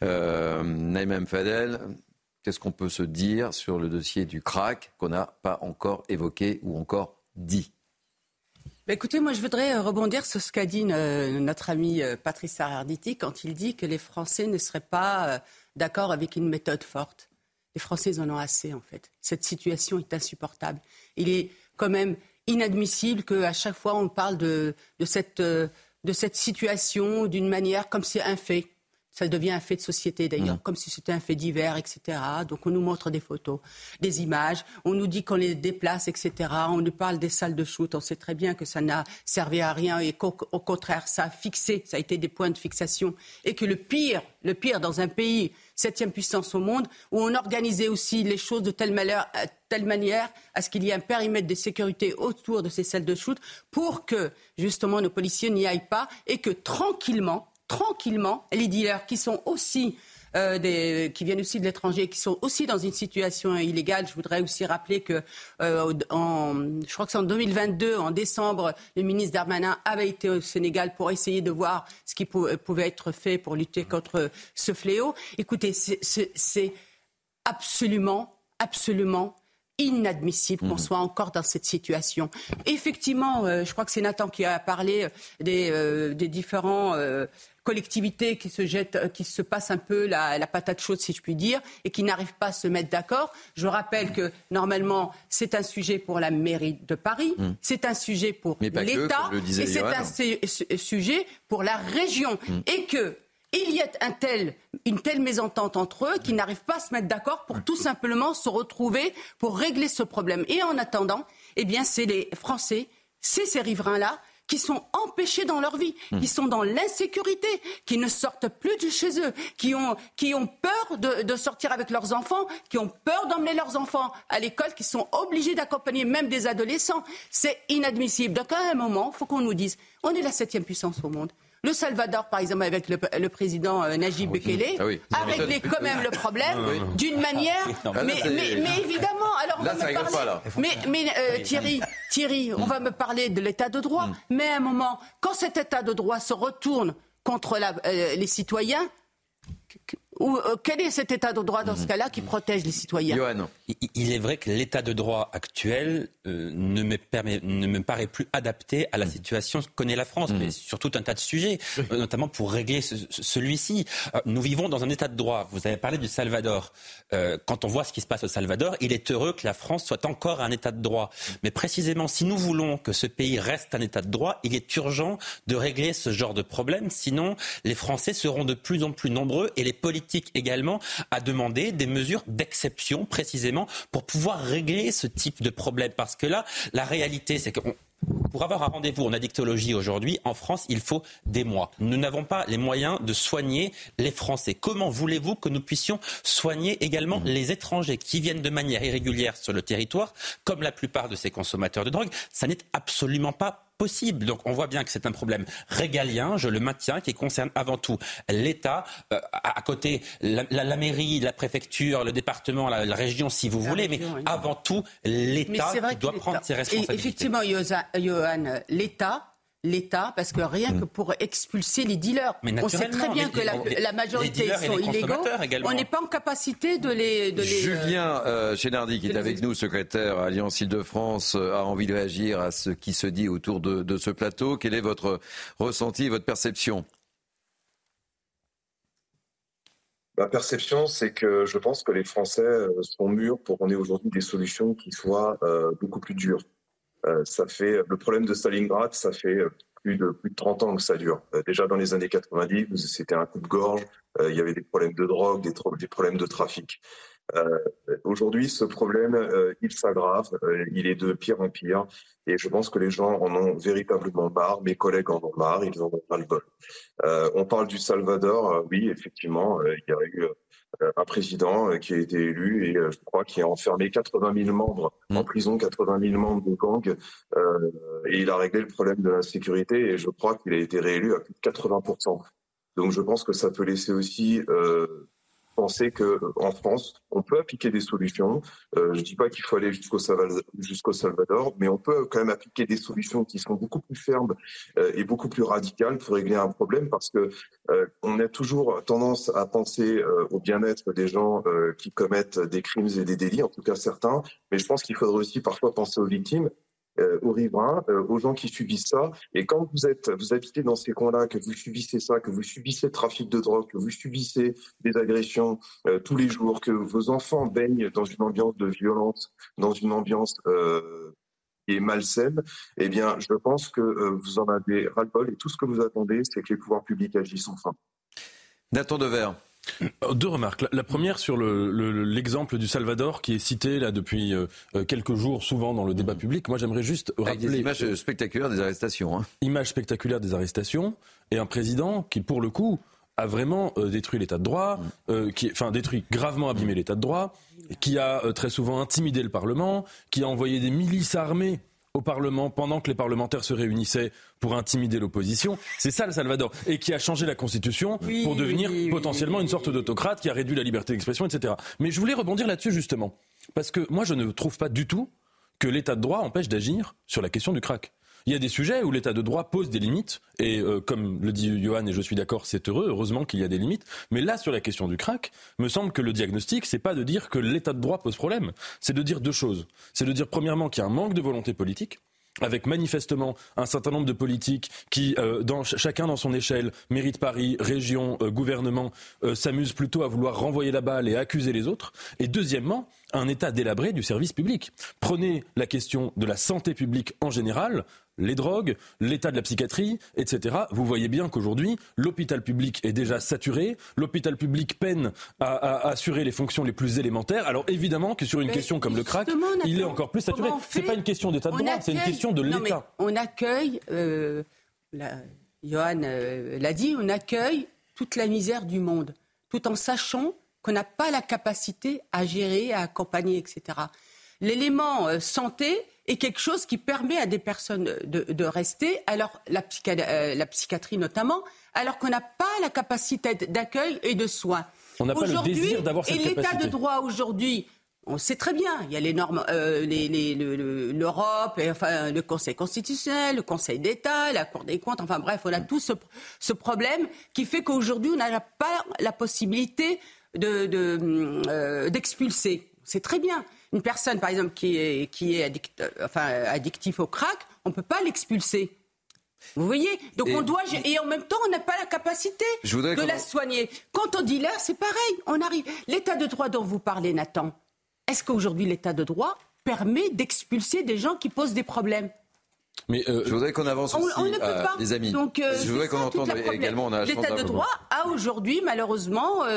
Naïm Fadel, qu'est-ce qu'on peut se dire sur le dossier du crack qu'on n'a pas encore évoqué ou encore dit ? Écoutez, moi je voudrais rebondir sur ce qu'a dit notre ami Patrice Arditi quand il dit que les Français ne seraient pas d'accord avec une méthode forte. Les Français ils en ont assez en fait. Cette situation est insupportable. Il est quand même inadmissible qu'à chaque fois on parle de cette situation d'une manière comme c'est un fait. Ça devient un fait de société d'ailleurs, comme si c'était un fait divers, etc. Donc on nous montre des photos, des images, on nous dit qu'on les déplace, etc. On nous parle des salles de shoot, on sait très bien que ça n'a servi à rien et qu'au contraire, ça a fixé, ça a été des points de fixation. Et que le pire dans un pays, 7e puissance au monde, où on organisait aussi les choses de telle manière à ce qu'il y ait un périmètre de sécurité autour de ces salles de shoot pour que justement nos policiers n'y aillent pas et que tranquillement, les dealers qui sont aussi qui viennent aussi de l'étranger, qui sont aussi dans une situation illégale. Je voudrais aussi rappeler que, je crois que c'est en 2022, en décembre, le ministre Darmanin avait été au Sénégal pour essayer de voir ce qui pouvait être fait pour lutter contre ce fléau. Écoutez, c'est absolument inadmissible qu'on soit encore dans cette situation. Effectivement, je crois que c'est Nathan qui a parlé des différents collectivités qui se passent un peu la patate chaude, si je puis dire, et qui n'arrivent pas à se mettre d'accord. Je rappelle que, normalement, c'est un sujet pour la mairie de Paris, c'est un sujet pour l'État, et c'est un sujet pour la région. Et que il y a une telle mésentente entre eux qui n'arrivent pas à se mettre d'accord pour tout simplement se retrouver pour régler ce problème. Et en attendant, eh bien, c'est les Français, c'est ces riverains-là qui sont empêchés dans leur vie, qui sont dans l'insécurité, qui ne sortent plus de chez eux, qui ont peur de sortir avec leurs enfants, qui ont peur d'emmener leurs enfants à l'école, qui sont obligés d'accompagner même des adolescents. C'est inadmissible. Donc à un moment, il faut qu'on nous dise, on est la 7e puissance au monde. Le Salvador, par exemple, avec le président Najib Bukele, a réglé quand même le problème d'une manière. Mais évidemment, alors on va me parler. Mais Thierry, on va me parler de l'état de droit. Mais à un moment, quand cet état de droit se retourne contre les citoyens, quel est cet état de droit dans ce cas-là qui protège les citoyens ? Yohann. Il est vrai que l'état de droit actuel ne me paraît plus adapté à la situation que connaît la France, mais sur tout un tas de sujets, notamment pour régler celui-ci. Nous vivons dans un état de droit. Vous avez parlé du Salvador. Quand on voit ce qui se passe au Salvador, il est heureux que la France soit encore un état de droit. Mais précisément, si nous voulons que ce pays reste un état de droit, il est urgent de régler ce genre de problème. Sinon, les Français seront de plus en plus nombreux et les politiques politique également à demander des mesures d'exception précisément pour pouvoir régler ce type de problème. Parce que là, la réalité, c'est que pour avoir un rendez-vous en addictologie aujourd'hui, en France, il faut des mois. Nous n'avons pas les moyens de soigner les Français. Comment voulez-vous que nous puissions soigner également les étrangers qui viennent de manière irrégulière sur le territoire, comme la plupart de ces consommateurs de drogue? Ça n'est absolument pas possible. Donc on voit bien que c'est un problème régalien, je le maintiens, qui concerne avant tout l'État, à côté la mairie, la préfecture, le département, la région si vous voulez, mais avant tout l'État qui doit prendre ses responsabilités. Et effectivement, Johan, l'État, parce que rien que pour expulser les dealers, on sait très bien que la majorité sont illégaux, on n'est pas en capacité de les... Julien Chénardi, qui est avec nous, secrétaire à Alliance Île-de-France, a envie de réagir à ce qui se dit autour de ce plateau. Quel est votre ressenti, votre perception ? Ma perception, c'est que je pense que les Français sont mûrs pour qu'on ait aujourd'hui des solutions qui soient beaucoup plus dures. Ça fait le problème de Stalingrad, ça fait plus de 30 ans que ça dure. Déjà dans les années 90, c'était un coup de gorge. Il y avait des problèmes de drogue, des problèmes de trafic. Aujourd'hui, ce problème, il s'aggrave. Il est de pire en pire. Et je pense que les gens en ont véritablement marre. Mes collègues en ont marre. Ils en ont pas le bol. On parle du Salvador. Oui, effectivement, il y a eu un président qui a été élu et je crois qu'il a enfermé 80 000 membres en prison, 80 000 membres de gangs, et il a réglé le problème de l'insécurité et je crois qu'il a été réélu à plus de 80%. Donc je pense que ça peut laisser aussi penser qu'en France, on peut appliquer des solutions. Je ne dis pas qu'il faut aller jusqu'au Salvador, mais on peut quand même appliquer des solutions qui sont beaucoup plus fermes et beaucoup plus radicales pour régler un problème, parce que on a toujours tendance à penser au bien-être des gens qui commettent des crimes et des délits, en tout cas certains, mais je pense qu'il faudrait aussi parfois penser aux victimes, aux riverains, aux gens qui subissent ça. Et quand vous habitez dans ces coins-là, que vous subissez ça, que vous subissez le trafic de drogue, que vous subissez des agressions tous les jours, que vos enfants baignent dans une ambiance de violence, dans une ambiance qui est malsaine, eh bien, je pense que vous en avez ras-le-bol et tout ce que vous attendez, c'est que les pouvoirs publics agissent enfin. Nathan Devers. Deux remarques. La première sur l'exemple du Salvador qui est cité là depuis quelques jours souvent dans le débat public. Moi j'aimerais juste rappeler... Des images spectaculaires des arrestations. Images spectaculaires des arrestations et un président qui pour le coup a vraiment détruit l'état de droit, détruit, gravement abîmé l'état de droit, qui a très souvent intimidé le Parlement, qui a envoyé des milices armées au Parlement pendant que les parlementaires se réunissaient pour intimider l'opposition. C'est ça le Salvador. Et qui a changé la Constitution pour devenir potentiellement une sorte d'autocrate qui a réduit la liberté d'expression, etc. Mais je voulais rebondir là-dessus justement. Parce que moi je ne trouve pas du tout que l'état de droit empêche d'agir sur la question du crack. Il y a des sujets où l'état de droit pose des limites, et comme le dit Johan, et je suis d'accord, c'est heureusement qu'il y a des limites, mais là, sur la question du crack, me semble que le diagnostic, c'est pas de dire que l'état de droit pose problème, c'est de dire deux choses. C'est de dire, premièrement, qu'il y a un manque de volonté politique, avec manifestement un certain nombre de politiques qui, chacun dans son échelle, mairie de Paris, région, gouvernement, s'amusent plutôt à vouloir renvoyer la balle et à accuser les autres. Et deuxièmement, un état délabré du service public. Prenez la question de la santé publique en général, les drogues, l'état de la psychiatrie, etc. Vous voyez bien qu'aujourd'hui, l'hôpital public est déjà saturé, l'hôpital public peine à assurer les fonctions les plus élémentaires. Alors évidemment que sur une question comme le crack, il est encore plus saturé. C'est pas une question d'état de droit, c'est une question de l'État. Non, mais on accueille, Johan l'a dit, on accueille toute la misère du monde, tout en sachant qu'on n'a pas la capacité à gérer, à accompagner, etc. L'élément santé est quelque chose qui permet à des personnes de rester, alors la psychiatrie notamment, alors qu'on n'a pas la capacité d'accueil et de soins. On n'a pas le désir d'avoir cette capacité. Et l'état de droit aujourd'hui, on sait très bien, il y a les normes, l'Europe, et, enfin, le Conseil constitutionnel, le Conseil d'État, la Cour des comptes, enfin bref, on a tout ce problème qui fait qu'aujourd'hui, on n'a pas la possibilité d'expulser. C'est très bien. Une personne, par exemple, qui est addictif au crack, on ne peut pas l'expulser. Vous voyez ? Donc on doit... Et en même temps, on n'a pas la capacité de la soigner. Quant au dealer, c'est pareil. On arrive... L'état de droit dont vous parlez, Nathan, est-ce qu'aujourd'hui, l'état de droit permet d'expulser des gens qui posent des problèmes ? Mais je voudrais qu'on avance aussi, on ne peut pas. Les amis. Donc, je voudrais qu'on entende également... L'état de droit a aujourd'hui, malheureusement...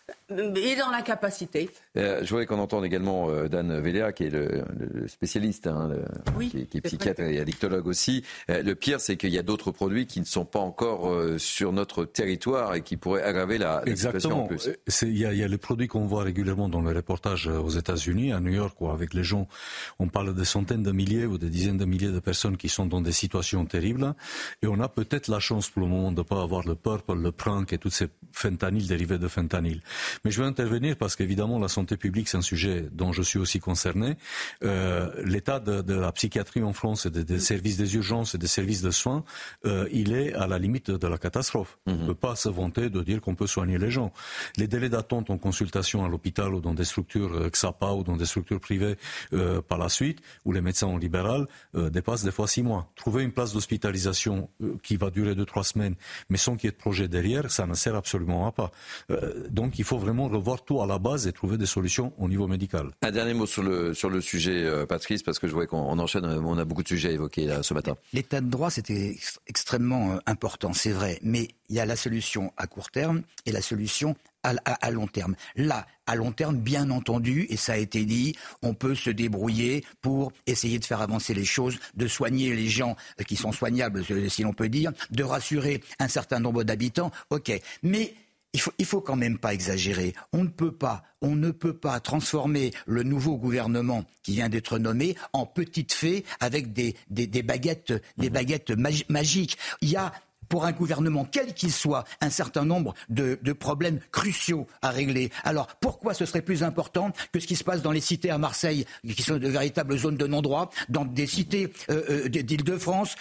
Et dans l'incapacité. Je voudrais qu'on entende également Dan Véléa, qui est le spécialiste, qui est psychiatre et addictologue aussi. Le pire, c'est qu'il y a d'autres produits qui ne sont pas encore sur notre territoire et qui pourraient aggraver la situation en plus. Il y a les produits qu'on voit régulièrement dans les reportages aux États-Unis, à New York, où avec les gens, on parle de centaines de milliers ou de dizaines de milliers de personnes qui sont dans des situations terribles. Et on a peut-être la chance pour le moment de ne pas avoir le purple, le prank et toutes ces fentanyl dérivés de fentanyl. Mais je veux intervenir parce qu'évidemment la santé publique c'est un sujet dont je suis aussi concerné. L'état de la psychiatrie en France et des services des urgences et des services de soins, il est à la limite de la catastrophe. On ne peut pas se vanter de dire qu'on peut soigner les gens. Les délais d'attente en consultation à l'hôpital ou dans des structures XAPA ou dans des structures privées par la suite, où les médecins en libéral dépassent des fois 6 mois. Trouver une place d'hospitalisation qui va durer 2-3 semaines, mais sans qu'il y ait de projet derrière, ça ne sert absolument à pas. Donc il faut vraiment revoir tout à la base et trouver des solutions au niveau médical. Un dernier mot sur le sujet, Patrice, parce que je vois qu'on enchaîne, on a beaucoup de sujets à évoquer là, ce matin. L'état de droit, c'était extrêmement important, c'est vrai, mais il y a la solution à court terme et la solution à long terme. Là, à long terme, bien entendu, et ça a été dit, on peut se débrouiller pour essayer de faire avancer les choses, de soigner les gens qui sont soignables, si l'on peut dire, de rassurer un certain nombre d'habitants, ok. Mais il faut quand même pas exagérer. On ne peut pas transformer le nouveau gouvernement qui vient d'être nommé en petite fée avec des baguettes magiques. Il y a, pour un gouvernement, quel qu'il soit, un certain nombre de problèmes cruciaux à régler. Alors, pourquoi ce serait plus important que ce qui se passe dans les cités à Marseille, qui sont de véritables zones de non-droit, dans des cités d'Île-de-France,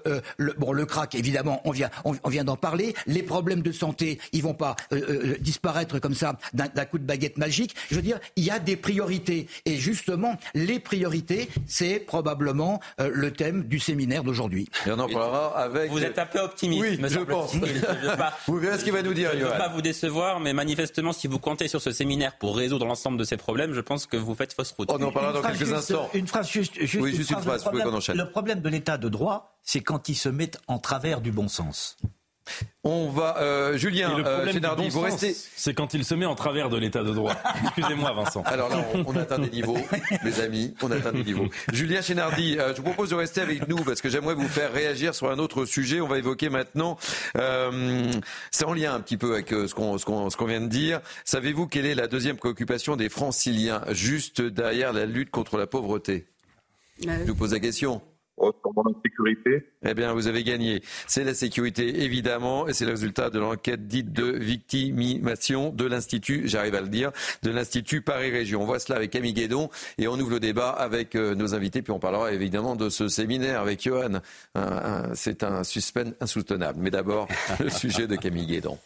le crack, évidemment, on vient d'en parler. Les problèmes de santé, ils vont pas disparaître comme ça d'un coup de baguette magique. Je veux dire, il y a des priorités. Et justement, les priorités, c'est probablement le thème du séminaire d'aujourd'hui. Et on en parlera avec... Vous êtes un peu optimiste. Oui, je pense. Vous verrez ce qu'il va nous dire, Johan. Je ne veux pas vous décevoir, mais manifestement, si vous comptez sur ce séminaire pour résoudre l'ensemble de ces problèmes, je pense que vous faites fausse route. On en parlera dans quelques instants. Une phrase juste une phrase. Le problème de l'état de droit, c'est quand il se met en travers du bon sens. On va, Julien Chénardi, vous restez. C'est quand il se met en travers de l'état de droit. Excusez-moi, Vincent. Alors là, on atteint des niveaux, mes amis, on atteint des niveaux. Julien Chénardi, je vous propose de rester avec nous parce que j'aimerais vous faire réagir sur un autre sujet. On va évoquer maintenant, c'est en lien un petit peu avec ce qu'on vient de dire. Savez-vous quelle est la deuxième préoccupation des Franciliens, juste derrière la lutte contre la pauvreté ? Je vous pose la question. Pendant la sécurité. Eh bien, vous avez gagné. C'est la sécurité, évidemment, et c'est le résultat de l'enquête dite de victimisation de l'Institut, j'arrive à le dire, de l'Institut Paris Région. On voit cela avec Camille Guédon et on ouvre le débat avec nos invités, puis on parlera évidemment de ce séminaire avec Johan. C'est un suspense insoutenable. Mais d'abord, le sujet de Camille Guédon.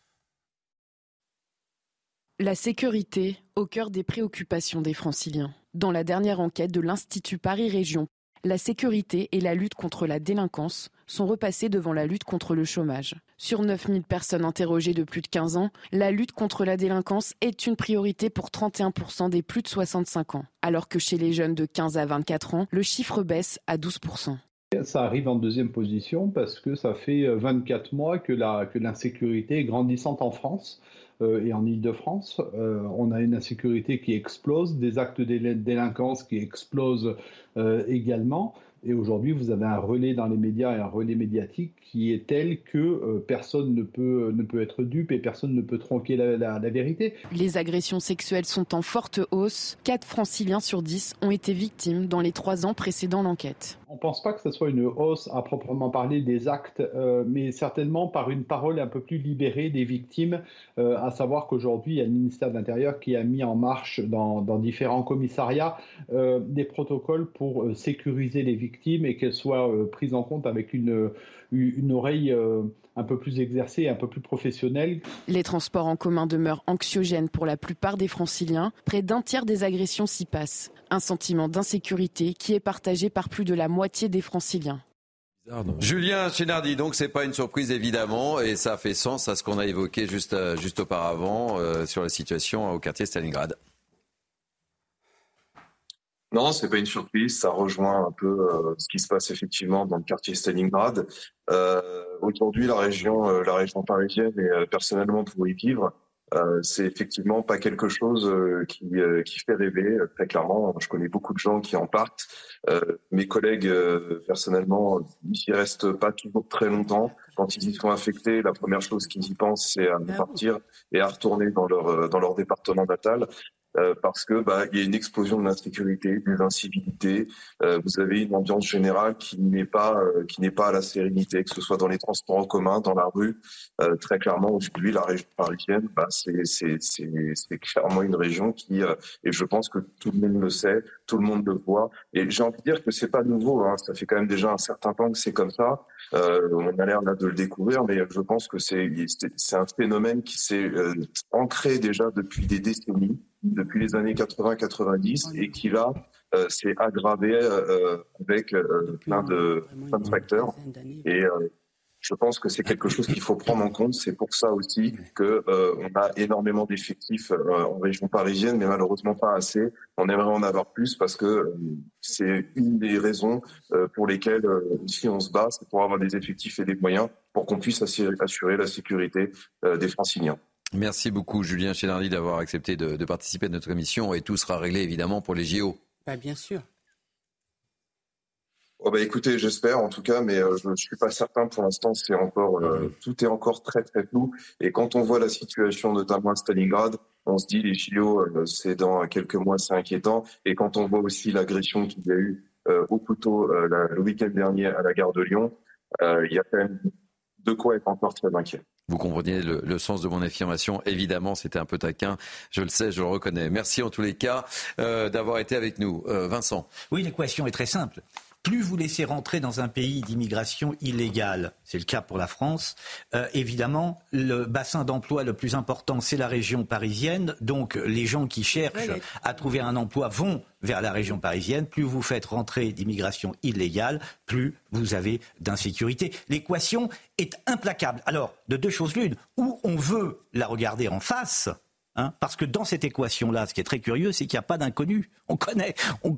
La sécurité au cœur des préoccupations des Franciliens. Dans la dernière enquête de l'Institut Paris Région, la sécurité et la lutte contre la délinquance sont repassées devant la lutte contre le chômage. Sur 9000 personnes interrogées de plus de 15 ans, la lutte contre la délinquance est une priorité pour 31% des plus de 65 ans. Alors que chez les jeunes de 15 à 24 ans, le chiffre baisse à 12%. Ça arrive en deuxième position parce que ça fait 24 mois que l'insécurité est grandissante en France. Et en Ile-de-France, on a une insécurité qui explose, des actes de délinquance qui explosent également. Et aujourd'hui, vous avez un relais dans les médias et un relais médiatique qui est tel que personne ne peut être dupe et personne ne peut tronquer la vérité. Les agressions sexuelles sont en forte hausse. 4 Franciliens sur 10 ont été victimes dans les 3 ans précédant l'enquête. On ne pense pas que ce soit une hausse à proprement parler des actes, mais certainement par une parole un peu plus libérée des victimes, à savoir qu'aujourd'hui, il y a le ministère de l'Intérieur qui a mis en marche dans différents commissariats des protocoles pour sécuriser les victimes et qu'elles soient prises en compte avec une oreille un peu plus exercée, un peu plus professionnelle. Les transports en commun demeurent anxiogènes pour la plupart des Franciliens. Près d'un tiers des agressions s'y passent. Un sentiment d'insécurité qui est partagé par plus de la moitié des Franciliens. Julien Chénardi, donc c'est pas une surprise évidemment et ça fait sens à ce qu'on a évoqué juste auparavant sur la situation au quartier Stalingrad. Non, c'est pas une surprise, ça rejoint un peu ce qui se passe effectivement dans le quartier Stalingrad. Aujourd'hui, la région parisienne est personnellement pour y vivre c'est effectivement pas quelque chose qui fait rêver. Très clairement, je connais beaucoup de gens qui en partent. Mes collègues, personnellement, ils y restent pas toujours très longtemps. Quand ils y sont affectés, la première chose qu'ils y pensent, c'est à partir et à retourner dans leur département natal. Parce que il y a une explosion de l'insécurité, des incivilités. Vous avez une ambiance générale qui n'est pas à la sérénité, que ce soit dans les transports en commun, dans la rue. Très clairement, aujourd'hui, la région parisienne, c'est clairement une région qui, et je pense que tout le monde le sait, tout le monde le voit. Et j'ai envie de dire que c'est pas nouveau. Ça fait quand même déjà un certain temps que c'est comme ça. On a l'air là de le découvrir, mais je pense que c'est un phénomène qui s'est ancré déjà depuis des décennies, depuis les années 80-90, et qui là s'est aggravé avec plein de facteurs. Et je pense que c'est quelque chose qu'il faut prendre en compte. C'est pour ça aussi que on a énormément d'effectifs en région parisienne, mais malheureusement pas assez. On aimerait en avoir plus parce que c'est une des raisons pour lesquelles ici on se bat, c'est pour avoir des effectifs et des moyens pour qu'on puisse assurer la sécurité des Franciliens. Merci beaucoup Julien Chénardi d'avoir accepté de participer à notre émission, et tout sera réglé évidemment pour les JO. Bien sûr. Écoutez, j'espère en tout cas, mais je ne suis pas certain pour l'instant. C'est encore tout est encore très très flou. Et quand on voit la situation notamment à Stalingrad, on se dit les JO, c'est dans quelques mois, c'est inquiétant. Et quand on voit aussi l'agression qu'il y a eu au couteau le week-end dernier à la gare de Lyon, il y a quand même de quoi être encore très inquiet. Vous comprenez le sens de mon affirmation. Évidemment, c'était un peu taquin. Je le sais, je le reconnais. Merci en tous les cas d'avoir été avec nous. Vincent. Oui, l'équation est très simple. Plus vous laissez rentrer dans un pays d'immigration illégale, c'est le cas pour la France, évidemment, le bassin d'emploi le plus important, c'est la région parisienne. Donc, les gens qui cherchent à trouver un emploi vont vers la région parisienne. Plus vous faites rentrer d'immigration illégale, plus vous avez d'insécurité. L'équation est implacable. Alors, de deux choses l'une, ou on veut la regarder en face, parce que dans cette équation-là, ce qui est très curieux, c'est qu'il n'y a pas d'inconnus. On connaît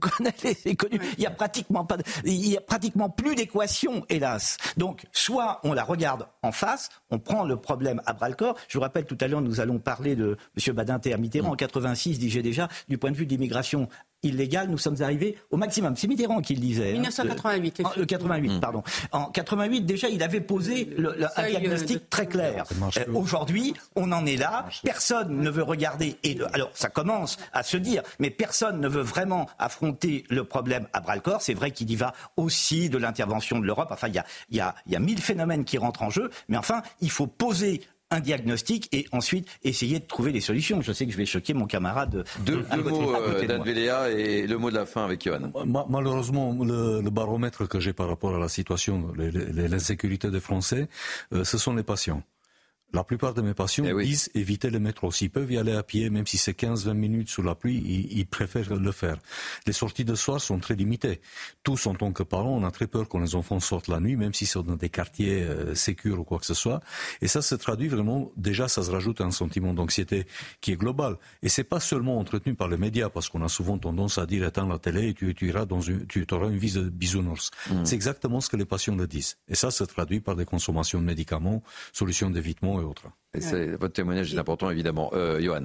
les inconnus. Il y a pratiquement plus d'équations, hélas. Donc, soit on la regarde en face, on prend le problème à bras-le-corps. Je vous rappelle, tout à l'heure, nous allons parler de M. Badinter à Mitterrand en 86, disais déjà, du point de vue de l'immigration illégale, nous sommes arrivés au maximum. C'est Mitterrand qui le disait. 1988. 88, pardon. En 88, déjà, il avait posé un diagnostic très clair. Aujourd'hui, on en est là. Personne ne veut regarder. Alors, ça commence à se dire, mais personne ne veut vraiment affronter le problème à bras-le-corps. C'est vrai qu'il y va aussi de l'intervention de l'Europe. Enfin, il y a 1000 phénomènes qui rentrent en jeu. Mais enfin, il faut poser un diagnostic et ensuite essayer de trouver des solutions. Je sais que je vais choquer mon camarade. Deux mots d'Anne Véléa et le mot de la fin avec Johan. Malheureusement, le baromètre que j'ai par rapport à la situation, l'insécurité des Français, ce sont les patients. La plupart de mes patients disent éviter le métro. S'ils peuvent y aller à pied, même si c'est 15-20 minutes sous la pluie, ils préfèrent le faire. Les sorties de soir sont très limitées. Tous, en tant que parents, on a très peur quand les enfants sortent la nuit, même si c'est dans des quartiers sécurs ou quoi que ce soit. Et ça se traduit vraiment, déjà, ça se rajoute à un sentiment d'anxiété qui est global. Et c'est pas seulement entretenu par les médias, parce qu'on a souvent tendance à dire éteins la télé et tu auras une vie de bisounours. C'est exactement ce que les patients le disent. Et ça se traduit par des consommations de médicaments, solutions d'évitement et autres. Et votre témoignage est important, évidemment. Johan.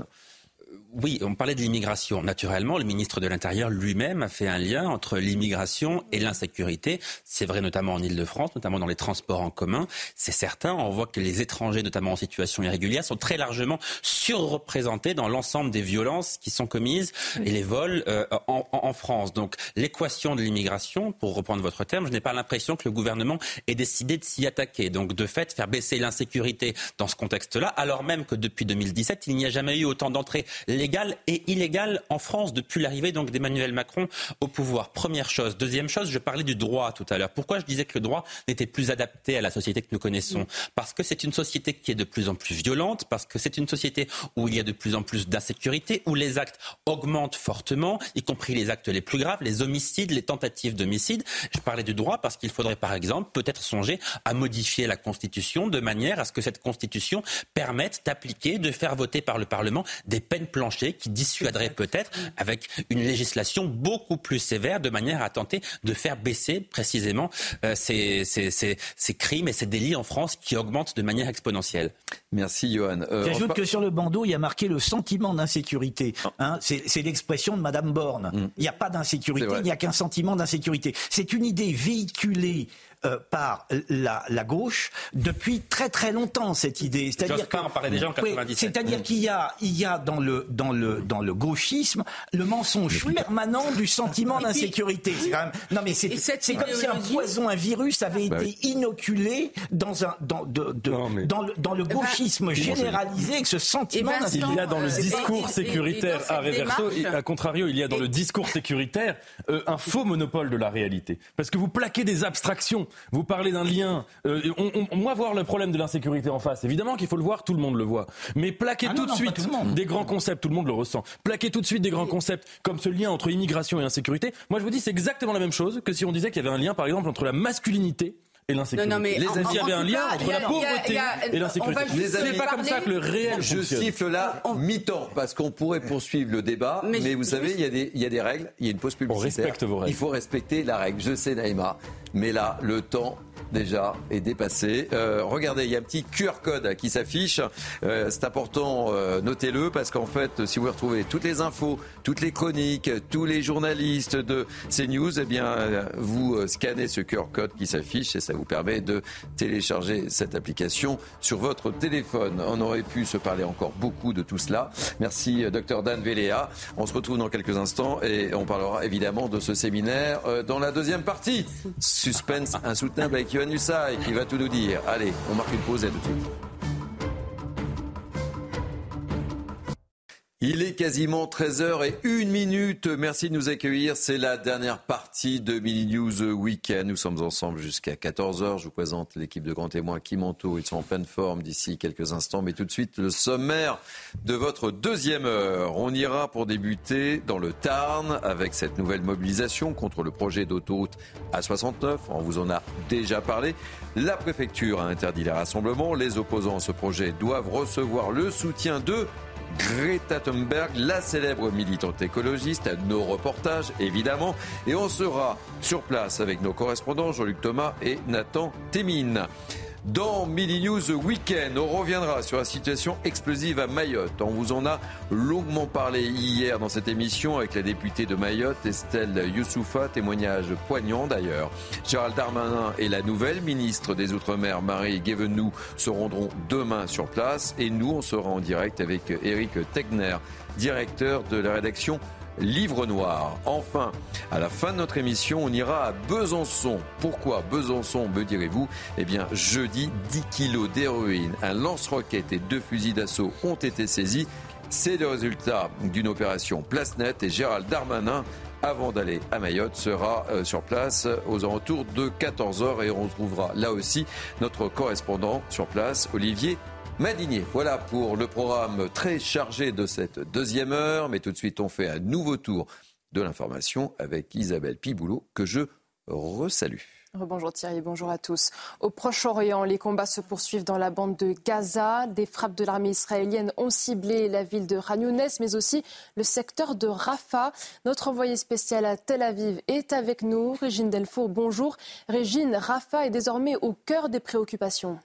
Oui, on parlait de l'immigration. Naturellement, le ministre de l'Intérieur lui-même a fait un lien entre l'immigration et l'insécurité. C'est vrai notamment en Ile-de-France, notamment dans les transports en commun. C'est certain, on voit que les étrangers, notamment en situation irrégulière, sont très largement surreprésentés dans l'ensemble des violences qui sont commises et les vols en France. Donc l'équation de l'immigration, pour reprendre votre terme, je n'ai pas l'impression que le gouvernement ait décidé de s'y attaquer. Donc de fait, faire baisser l'insécurité dans ce contexte-là, alors même que depuis 2017, il n'y a jamais eu autant d'entrées légales et illégales en France depuis l'arrivée donc d'Emmanuel Macron au pouvoir. Première chose. Deuxième chose, je parlais du droit tout à l'heure. Pourquoi je disais que le droit n'était plus adapté à la société que nous connaissons ? Parce que c'est une société qui est de plus en plus violente, parce que c'est une société où il y a de plus en plus d'insécurité, où les actes augmentent fortement, y compris les actes les plus graves, les homicides, les tentatives d'homicide. Je parlais du droit parce qu'il faudrait par exemple peut-être songer à modifier la Constitution de manière à ce que cette Constitution permette d'appliquer, de faire voter par le Parlement des peines planchées qui dissuaderait peut-être avec une législation beaucoup plus sévère de manière à tenter de faire baisser précisément ces crimes et ces délits en France qui augmentent de manière exponentielle. Merci Johan. J'ajoute que sur le bandeau, il y a marqué le sentiment d'insécurité. C'est l'expression de Madame Borne. Il n'y a pas d'insécurité, il n'y a qu'un sentiment d'insécurité. C'est une idée véhiculée par la gauche depuis très très longtemps, cette idée. C'est-à-dire qu'on parlait déjà en 97. C'est-à-dire qu'il y a dans le gauchisme le mensonge permanent du sentiment d'insécurité. C'est quand même, non mais c'est comme si un poison, un virus avait été inoculé dans le gauchisme généralisé, que ce sentiment d'insécurité. Il y a dans le discours sécuritaire à reverso, à contrario, il y a dans le discours sécuritaire un faux monopole de la réalité. Parce que vous plaquez des abstractions. Vous parlez d'un lien. Moi, voir le problème de l'insécurité en face, évidemment qu'il faut le voir, tout le monde le voit. Mais plaquer tout de suite des grands concepts, tout le monde le ressent. Plaquer tout de suite des grands concepts comme ce lien entre immigration et insécurité. Moi, je vous dis, c'est exactement la même chose que si on disait qu'il y avait un lien, par exemple, entre la masculinité et l'insécurité. Il y avait un lien entre la pauvreté et l'insécurité. C'est pas comme ça que le réel fonctionne. Je siffle là mi-temps parce qu'on pourrait poursuivre le débat, mais vous savez, il y a des règles, il y a une pause publicitaire. On respecte vos règles. Il faut respecter la règle. Je sais, Naïma, mais là, le temps déjà est dépassé. Regardez, il y a un petit QR code qui s'affiche. C'est important, notez-le, parce qu'en fait, si vous retrouvez toutes les infos, toutes les chroniques, tous les journalistes de CNews, eh bien, vous scannez ce QR code qui s'affiche et ça vous permet de télécharger cette application sur votre téléphone. On aurait pu se parler encore beaucoup de tout cela. Merci, Dr Dan Véléa. On se retrouve dans quelques instants et on parlera évidemment de ce séminaire dans la deuxième partie. Suspense insoutenable avec Yohann Usaï qui va tout nous dire. Allez, on marque une pause et à tout de suite. Il est quasiment 13h01. Merci de nous accueillir. C'est la dernière partie de Midi News Weekend. Nous sommes ensemble jusqu'à 14h. Je vous présente l'équipe de grands témoins qui m'entourent. Ils sont en pleine forme d'ici quelques instants. Mais tout de suite, le sommaire de votre deuxième heure. On ira pour débuter dans le Tarn avec cette nouvelle mobilisation contre le projet d'autoroute A69. On vous en a déjà parlé. La préfecture a interdit les rassemblements. Les opposants à ce projet doivent recevoir le soutien de Greta Thunberg, la célèbre militante écologiste, à nos reportages évidemment, et on sera sur place avec nos correspondants Jean-Luc Thomas et Nathan Témine. Dans Midi News Weekend, on reviendra sur la situation explosive à Mayotte. On vous en a longuement parlé hier dans cette émission avec la députée de Mayotte, Estelle Youssoufa, témoignage poignant d'ailleurs. Gérald Darmanin et la nouvelle ministre des Outre-mer, Marie Guévenoux, se rendront demain sur place. Et nous, on sera en direct avec Éric Tegner, directeur de la rédaction Livre Noir. Enfin, à la fin de notre émission, on ira à Besançon. Pourquoi Besançon, me direz-vous ? Eh bien, jeudi, 10 kilos d'héroïne, un lance-roquettes et 2 fusils d'assaut ont été saisis. C'est le résultat d'une opération Place Nette et Gérald Darmanin, avant d'aller à Mayotte, sera sur place aux alentours de 14h et on retrouvera là aussi notre correspondant sur place, Olivier Madinier. Voilà pour le programme très chargé de cette deuxième heure. Mais tout de suite, on fait un nouveau tour de l'information avec Isabelle Piboulot, que je resalue. Bonjour Thierry, bonjour à tous. Au Proche-Orient, les combats se poursuivent dans la bande de Gaza. Des frappes de l'armée israélienne ont ciblé la ville de Khan Younes, mais aussi le secteur de Rafah. Notre envoyé spécial à Tel Aviv est avec nous, Régine Delfour. Bonjour. Régine, Rafah est désormais au cœur des préoccupations.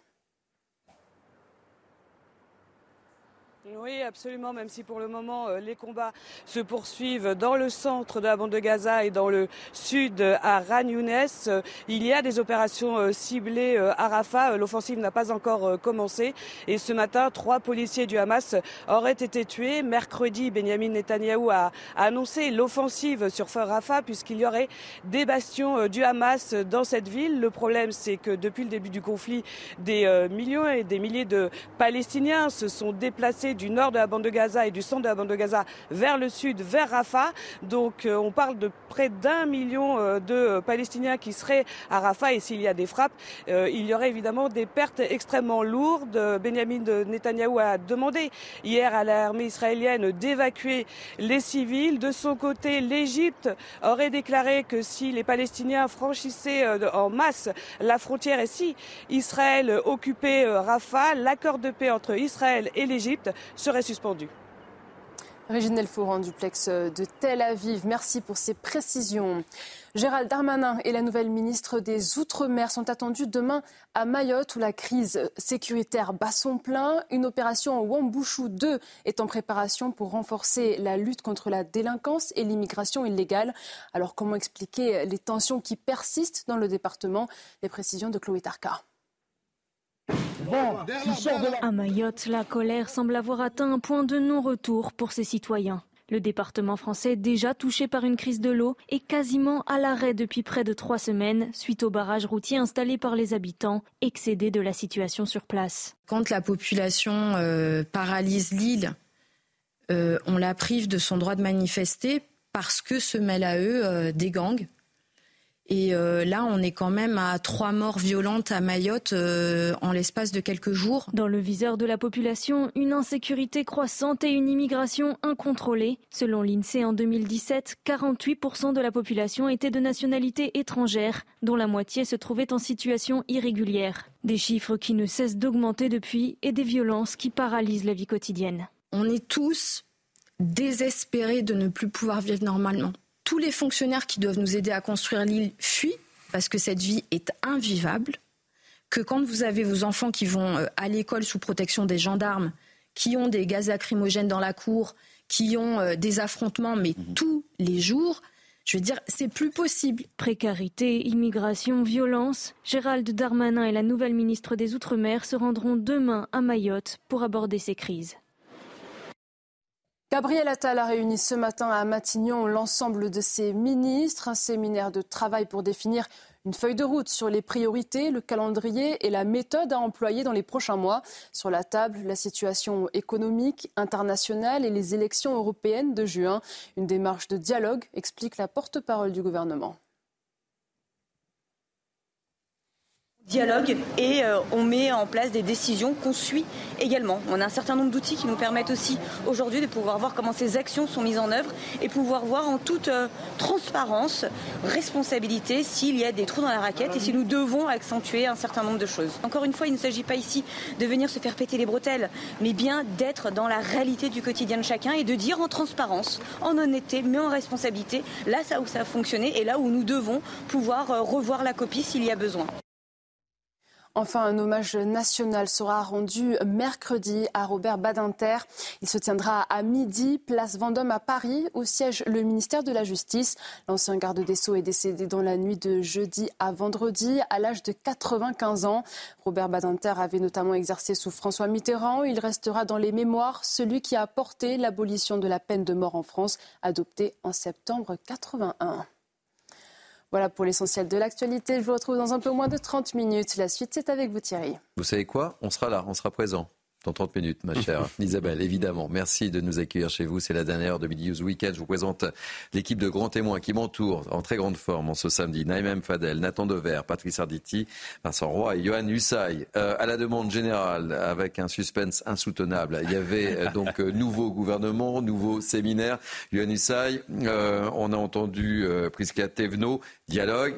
Oui, absolument, même si pour le moment les combats se poursuivent dans le centre de la bande de Gaza et dans le sud à Khan Younes. Il y a des opérations ciblées à Rafah. L'offensive n'a pas encore commencé. Et ce matin, 3 policiers du Hamas auraient été tués. Mercredi, Benyamin Netanyahou a annoncé l'offensive sur Rafah puisqu'il y aurait des bastions du Hamas dans cette ville. Le problème, c'est que depuis le début du conflit, des millions et des milliers de Palestiniens se sont déplacés du nord de la bande de Gaza et du centre de la bande de Gaza vers le sud, vers Rafah. Donc on parle de près d'1 million de Palestiniens qui seraient à Rafah et s'il y a des frappes, il y aurait évidemment des pertes extrêmement lourdes. Benyamin Netanyahou a demandé hier à l'armée israélienne d'évacuer les civils. De son côté, l'Égypte aurait déclaré que si les Palestiniens franchissaient en masse la frontière et si Israël occupait Rafah, l'accord de paix entre Israël et l'Égypte serait suspendu. Régine Delfour en duplex de Tel Aviv. Merci pour ces précisions. Gérald Darmanin et la nouvelle ministre des Outre-mer sont attendus demain à Mayotte où la crise sécuritaire bat son plein. Une opération Wambushu 2 est en préparation pour renforcer la lutte contre la délinquance et l'immigration illégale. Alors comment expliquer les tensions qui persistent dans le département? Les précisions de Chloé Tarka. À Mayotte, la colère semble avoir atteint un point de non-retour pour ses citoyens. Le département français, déjà touché par une crise de l'eau, est quasiment à l'arrêt depuis près de 3 semaines, suite au barrage routier installé par les habitants, excédés de la situation sur place. Quand la population paralyse l'île, on la prive de son droit de manifester parce que se mêlent à eux des gangs. Et là, on est quand même à 3 morts violentes à Mayotte en l'espace de quelques jours. Dans le viseur de la population, une insécurité croissante et une immigration incontrôlée. Selon l'INSEE, en 2017, 48% de la population était de nationalité étrangère, dont la moitié se trouvait en situation irrégulière. Des chiffres qui ne cessent d'augmenter depuis et des violences qui paralysent la vie quotidienne. On est tous désespérés de ne plus pouvoir vivre normalement. Tous les fonctionnaires qui doivent nous aider à construire l'île fuient parce que cette vie est invivable, que quand vous avez vos enfants qui vont à l'école sous protection des gendarmes, qui ont des gaz lacrymogènes dans la cour, qui ont des affrontements, mais tous les jours, je veux dire, c'est plus possible. Précarité, immigration, violence. Gérald Darmanin et la nouvelle ministre des Outre-mer se rendront demain à Mayotte pour aborder ces crises. Gabriel Attal a réuni ce matin à Matignon l'ensemble de ses ministres, un séminaire de travail pour définir une feuille de route sur les priorités, le calendrier et la méthode à employer dans les prochains mois. Sur la table, la situation économique, internationale et les élections européennes de juin. Une démarche de dialogue, explique la porte-parole du gouvernement. Dialogue et on met en place des décisions qu'on suit également. On a un certain nombre d'outils qui nous permettent aussi aujourd'hui de pouvoir voir comment ces actions sont mises en œuvre et pouvoir voir en toute transparence, responsabilité, s'il y a des trous dans la raquette et si nous devons accentuer un certain nombre de choses. Encore une fois, il ne s'agit pas ici de venir se faire péter les bretelles, mais bien d'être dans la réalité du quotidien de chacun et de dire en transparence, en honnêteté, mais en responsabilité, là où ça a fonctionné et là où nous devons pouvoir revoir la copie s'il y a besoin. Enfin, un hommage national sera rendu mercredi à Robert Badinter. Il se tiendra à midi, place Vendôme à Paris, où siège le ministère de la Justice. L'ancien garde des Sceaux est décédé dans la nuit de jeudi à vendredi, à l'âge de 95 ans. Robert Badinter avait notamment exercé sous François Mitterrand. Il restera dans les mémoires celui qui a porté l'abolition de la peine de mort en France, adoptée en septembre 81. Voilà pour l'essentiel de l'actualité. Je vous retrouve dans un peu moins de 30 minutes. La suite, c'est avec vous, Thierry. Vous savez quoi ? On sera là, on sera présent. Dans 30 minutes, ma chère Isabelle, évidemment. Merci de nous accueillir chez vous. C'est la dernière heure de Midi News Weekend. Je vous présente l'équipe de grands témoins qui m'entourent en très grande forme en ce samedi. Naïm Fadel, Nathan Dever, Patrice Arditi, Vincent Roy et Yohann Usaï. À la demande générale, avec un suspense insoutenable. Il y avait donc nouveau gouvernement, nouveau séminaire. Yohann Usaï, on a entendu Prisca Thévenot. Dialogue.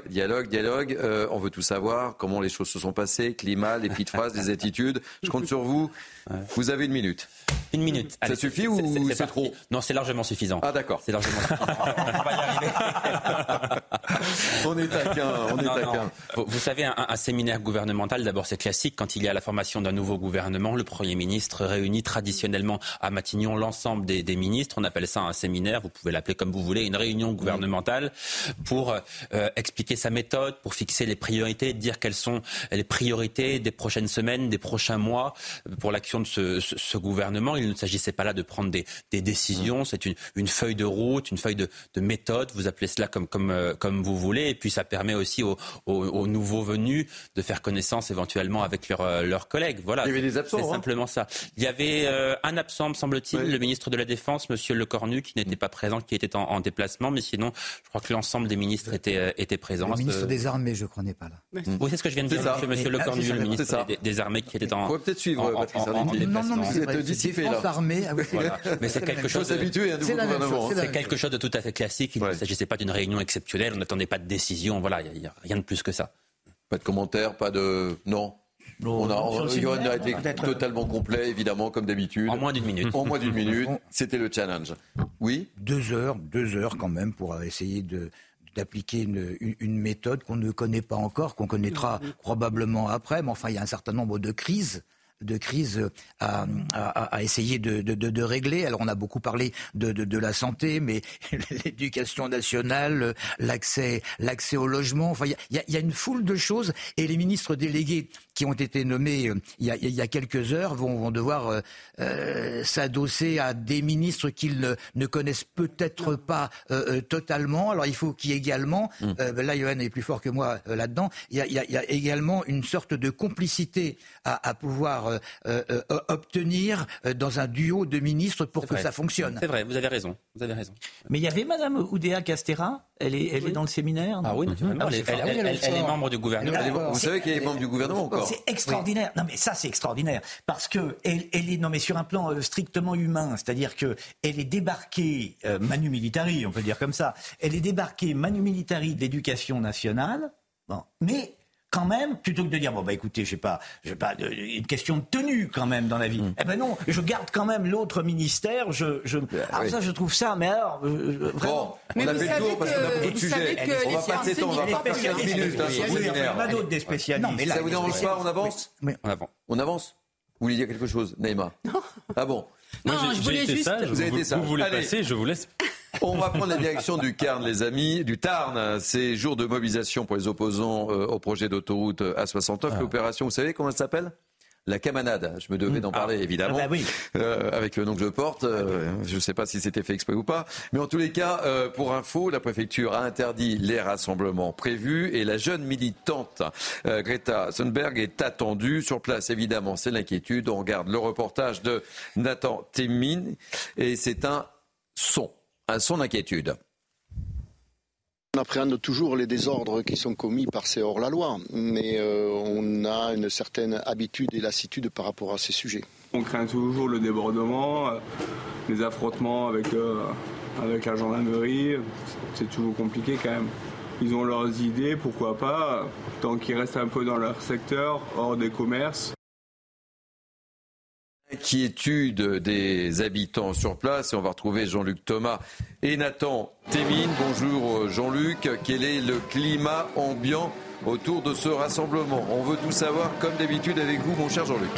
On veut tout savoir, comment les choses se sont passées, climat, les petites phrases, les attitudes. Je compte sur vous. Ouais. Vous avez 1 minute. 1 minute. Ça suffit ou c'est trop ? Non, c'est largement suffisant. Ah d'accord. C'est largement suffisant. On va y arriver. On est taquin. Vous savez, un séminaire gouvernemental, d'abord c'est classique. Quand il y a la formation d'un nouveau gouvernement, le Premier ministre réunit traditionnellement à Matignon l'ensemble des ministres. On appelle ça un séminaire, vous pouvez l'appeler comme vous voulez, une réunion gouvernementale pour expliquer sa méthode, pour fixer les priorités, dire quelles sont les priorités des prochaines semaines, des prochains mois pour l'action de ce gouvernement. Il ne s'agissait pas là de prendre des décisions, c'est une feuille de route, une feuille de méthode, vous appelez cela comme vous voulez, et puis ça permet aussi aux nouveaux venus de faire connaissance éventuellement avec leurs collègues. Voilà, il y avait des absents, c'est simplement ça. Il y avait un absent, me semble-t-il, le ministre de la Défense, M. Lecornu, qui n'était pas présent, qui était en déplacement, mais sinon, je crois que l'ensemble des ministres étaient présents. Le ministre des Armées, je crois, n'est pas là. Oui, c'est ce que je viens de dire, M. Lecornu, le ministre des Armées, qui était en... On va peut-être suivre, Patrice Arditi. Non, vous êtes dissipé, là. Armée, voilà. Mais c'est quelque chose habitué à un nouveau gouvernement. C'est quelque chose de tout à fait classique. Il ne s'agissait pas d'une réunion exceptionnelle. On n'attendait pas de décision. Voilà, il n'y a rien de plus que ça. Pas de commentaires, pas de... Non. Johan a été totalement complet, évidemment, comme d'habitude. En moins d'une minute. En moins d'une minute, c'était le challenge. Oui. 2 heures quand même pour essayer d'appliquer une méthode qu'on ne connaît pas encore, qu'on connaîtra probablement après, mais enfin il y a un certain nombre de crises à essayer de régler. Alors on a beaucoup parlé de la santé, mais l'éducation nationale, l'accès au logement, enfin il y a une foule de choses, et les ministres délégués qui ont été nommés il y a quelques heures vont devoir s'adosser à des ministres qu'ils ne connaissent peut-être pas totalement. Alors il faut qu'il y ait également, là Johan est plus fort que moi là-dedans, il y a également une sorte de complicité à pouvoir obtenir dans un duo de ministres pour que ça fonctionne. C'est vrai, vous avez raison. Mais il y avait Madame Oudéa Castéra, elle est dans le séminaire. Ah oui, naturellement. Elle est membre du gouvernement. Vous savez qu'elle est membre du gouvernement encore. C'est extraordinaire. Oui. Non mais ça c'est extraordinaire parce que elle est non mais sur un plan strictement humain, c'est-à-dire que elle est débarquée manu militari, on peut dire comme ça. Elle est débarquée manu militari de l'éducation nationale. Bon, mais quand même, plutôt que de dire écoutez, j'ai pas une question de tenue quand même dans la vie. Eh ben non, je garde quand même l'autre ministère. Ça, je trouve ça. Mais alors, vraiment. On a fait le tour parce qu'on a beaucoup de sujets. On va pas s'étendre, on va pas faire 15 minutes sur le séminaire. Il y en a d'autres des spécialistes. Non, mais là, ça vous dérange pas, on avance ? Oui. On avance. Vous voulez dire quelque chose, Naïma ? Non. Ah bon ? Non, je voulais juste. Vous avez été ça. Vous voulez passer, je vous laisse. On va prendre la direction du Tarn, les amis. Du Tarn, c'est jour de mobilisation pour les opposants au projet d'autoroute A69. L'opération, vous savez comment elle s'appelle ? La camanade. Je me devais d'en parler, évidemment. Oui. Avec le nom que je porte. Je ne sais pas si c'était fait exprès ou pas. Mais en tous les cas, pour info, la préfecture a interdit les rassemblements prévus et la jeune militante Greta Thunberg est attendue sur place. Évidemment, c'est l'inquiétude. On regarde le reportage de Nathan Temin et c'est un son d'inquiétude. On appréhende toujours les désordres qui sont commis par ces hors-la-loi, mais on a une certaine habitude et lassitude par rapport à ces sujets. On craint toujours le débordement, les affrontements avec la gendarmerie, c'est toujours compliqué quand même. Ils ont leurs idées, pourquoi pas, tant qu'ils restent un peu dans leur secteur, hors des commerces. Inquiétude des habitants sur place et on va retrouver Jean-Luc Thomas et Nathan Temin. Bonjour Jean-Luc, quel est le climat ambiant autour de ce rassemblement ? On veut tout savoir comme d'habitude avec vous mon cher Jean-Luc.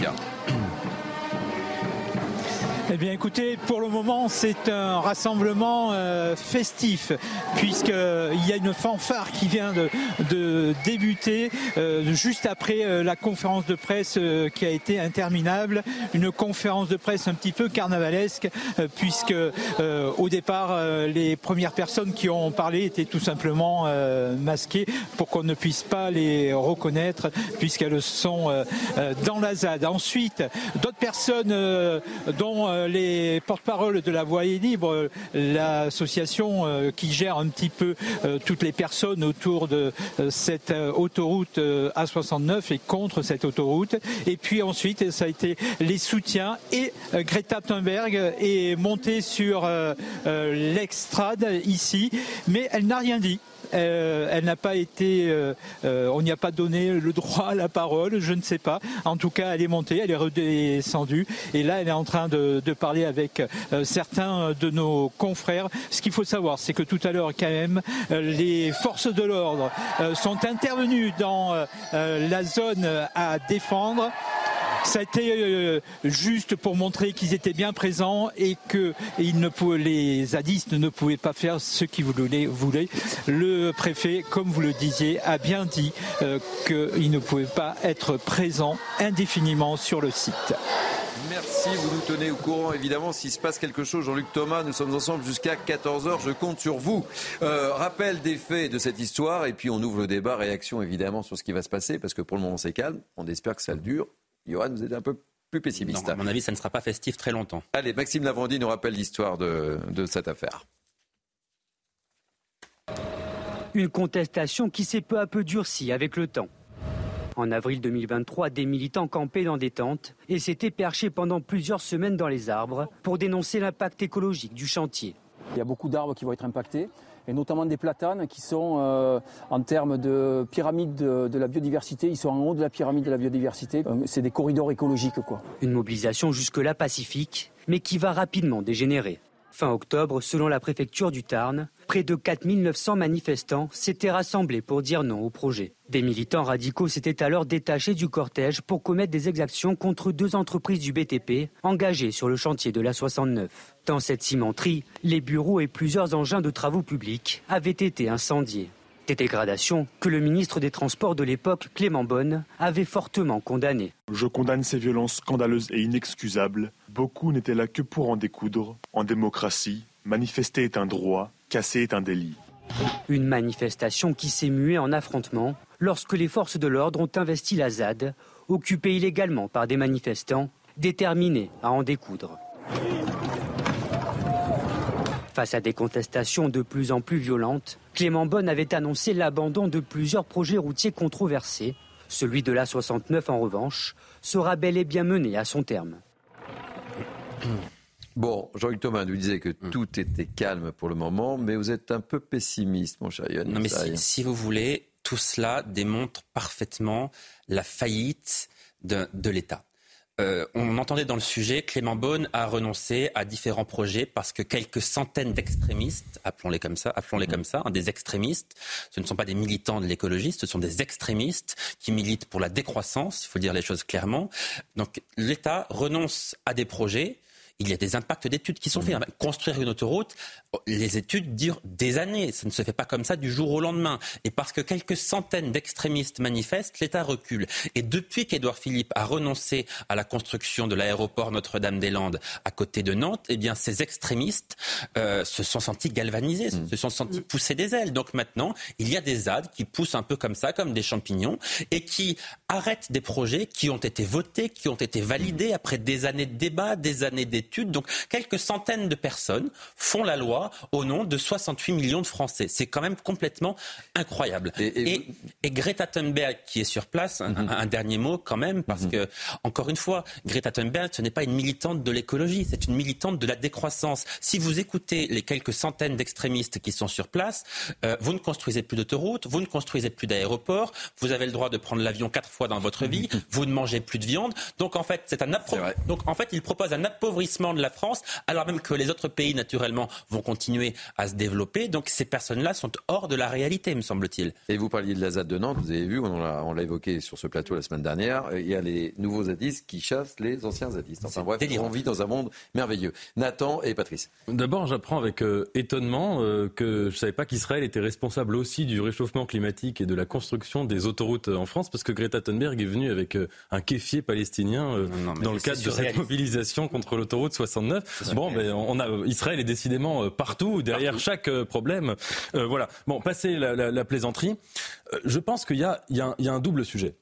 Eh bien écoutez, pour le moment c'est un rassemblement festif puisqu'il y a une fanfare qui vient de débuter juste après la conférence de presse qui a été interminable, une conférence de presse un petit peu carnavalesque puisque au départ les premières personnes qui ont parlé étaient tout simplement masquées pour qu'on ne puisse pas les reconnaître puisqu'elles sont dans la ZAD. Ensuite, d'autres personnes dont les porte-paroles de la Voie est libre, l'association qui gère un petit peu toutes les personnes autour de cette autoroute A69 et contre cette autoroute. Et puis ensuite, ça a été les soutiens et Greta Thunberg est montée sur l'extrade ici, mais elle n'a rien dit. Elle n'a pas été, on n'y a pas donné le droit à la parole, je ne sais pas. En tout cas, elle est montée, elle est redescendue, et là, elle est en train de parler avec certains de nos confrères. Ce qu'il faut savoir, c'est que tout à l'heure, quand même, les forces de l'ordre sont intervenues dans la zone à défendre. Ça a été juste pour montrer qu'ils étaient bien présents et que les zadistes ne pouvaient pas faire ce qu'ils voulaient. Le préfet, comme vous le disiez, a bien dit qu'il ne pouvait pas être présent indéfiniment sur le site. Merci, vous nous tenez au courant évidemment s'il se passe quelque chose. Jean-Luc Thomas, nous sommes ensemble jusqu'à 14h, je compte sur vous. Rappel des faits de cette histoire et puis on ouvre le débat, réaction évidemment sur ce qui va se passer parce que pour le moment c'est calme, on espère que ça dure. Johan, vous êtes un peu plus pessimiste. Non, à mon avis, ça ne sera pas festif très longtemps. Allez, Maxime Lavandy nous rappelle l'histoire de cette affaire. Une contestation qui s'est peu à peu durcie avec le temps. En avril 2023, des militants campaient dans des tentes et s'étaient perchés pendant plusieurs semaines dans les arbres pour dénoncer l'impact écologique du chantier. Il y a beaucoup d'arbres qui vont être impactés et notamment des platanes qui sont, en termes de pyramide de la biodiversité, ils sont en haut de la pyramide de la biodiversité. C'est des corridors écologiques, quoi. Une mobilisation jusque-là pacifique, mais qui va rapidement dégénérer. Fin octobre, selon la préfecture du Tarn, près de 4900 manifestants s'étaient rassemblés pour dire non au projet. Des militants radicaux s'étaient alors détachés du cortège pour commettre des exactions contre 2 entreprises du BTP engagées sur le chantier de l'A69. Dans cette cimenterie, les bureaux et plusieurs engins de travaux publics avaient été incendiés. Des dégradations que le ministre des Transports de l'époque, Clément Beaune, avait fortement condamnées. Je condamne ces violences scandaleuses et inexcusables. Beaucoup n'étaient là que pour en découdre. En démocratie, manifester est un droit, casser est un délit. Une manifestation qui s'est muée en affrontement lorsque les forces de l'ordre ont investi la ZAD, occupée illégalement par des manifestants déterminés à en découdre. Face à des contestations de plus en plus violentes, Clément Beaune avait annoncé l'abandon de plusieurs projets routiers controversés. Celui de l'A69, en revanche, sera bel et bien mené à son terme. Bon, Jean-Luc Thomas nous disait que tout était calme pour le moment, mais vous êtes un peu pessimiste, mon cher Yohann. Non, mais si vous voulez, tout cela démontre parfaitement la faillite de l'État. On entendait dans le sujet, Clément Beaune a renoncé à différents projets parce que quelques centaines d'extrémistes, appelons-les comme ça, des extrémistes, ce ne sont pas des militants de l'écologie, ce sont des extrémistes qui militent pour la décroissance, il faut dire les choses clairement. Donc l'État renonce à des projets. Il y a des impacts d'études qui sont faits. Construire une autoroute, les études durent des années. Ça ne se fait pas comme ça du jour au lendemain. Et parce que quelques centaines d'extrémistes manifestent, l'État recule. Et depuis qu'Édouard Philippe a renoncé à la construction de l'aéroport Notre-Dame-des-Landes à côté de Nantes, eh bien, ces extrémistes se sont sentis galvanisés, se sont sentis pousser des ailes. Donc maintenant, il y a des ZAD qui poussent un peu comme ça, comme des champignons, et qui arrêtent des projets qui ont été votés, qui ont été validés après des années de débats, des années d'études. Donc quelques centaines de personnes font la loi au nom de 68 millions de Français. C'est quand même complètement incroyable. Et Greta Thunberg qui est sur place, un dernier mot quand même, parce que, encore une fois, Greta Thunberg, ce n'est pas une militante de l'écologie, c'est une militante de la décroissance. Si vous écoutez les quelques centaines d'extrémistes qui sont sur place, vous ne construisez plus d'autoroutes, vous ne construisez plus d'aéroports, vous avez le droit de prendre l'avion 4 fois dans votre vie, vous ne mangez plus de viande. Donc en fait, il propose un appauvrissement de la France, alors même que les autres pays, naturellement, vont continuer à se développer. Donc ces personnes-là sont hors de la réalité, me semble-t-il. Et vous parliez de la ZAD de Nantes, vous avez vu, on l'a évoqué sur ce plateau la semaine dernière, il y a les nouveaux zadistes qui chassent les anciens zadistes. Enfin bref, on vit dans un monde merveilleux. Nathan et Patrice. D'abord, j'apprends avec étonnement que je ne savais pas qu'Israël était responsable aussi du réchauffement climatique et de la construction des autoroutes en France, parce que Greta Thunberg est venue avec un kéfier palestinien dans le cadre de cette mobilisation contre l'autoroute 69. Bon, Israël est décidément partout, derrière chaque problème. Voilà. Bon, passez la plaisanterie. Je pense qu'il y a un double sujet.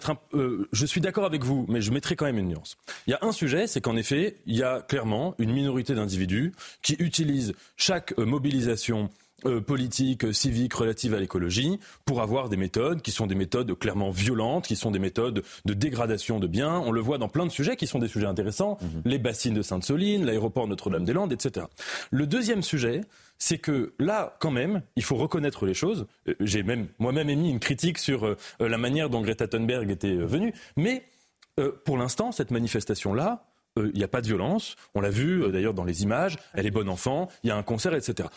Je suis d'accord avec vous, mais je mettrai quand même une nuance. Il y a un sujet, c'est qu'en effet, il y a clairement une minorité d'individus qui utilisent chaque mobilisation politique, civique, relative à l'écologie, pour avoir des méthodes qui sont des méthodes clairement violentes, qui sont des méthodes de dégradation de biens. On le voit dans plein de sujets qui sont des sujets intéressants, les bassines de Sainte-Soline, l'aéroport Notre-Dame-des-Landes, etc. Le deuxième sujet, c'est que là, quand même, il faut reconnaître les choses. J'ai moi-même émis une critique sur la manière dont Greta Thunberg était venue, mais pour l'instant, cette manifestation-là, il n'y a pas de violence. On l'a vu d'ailleurs dans les images. Elle est bonne enfant. Il y a un concert, etc.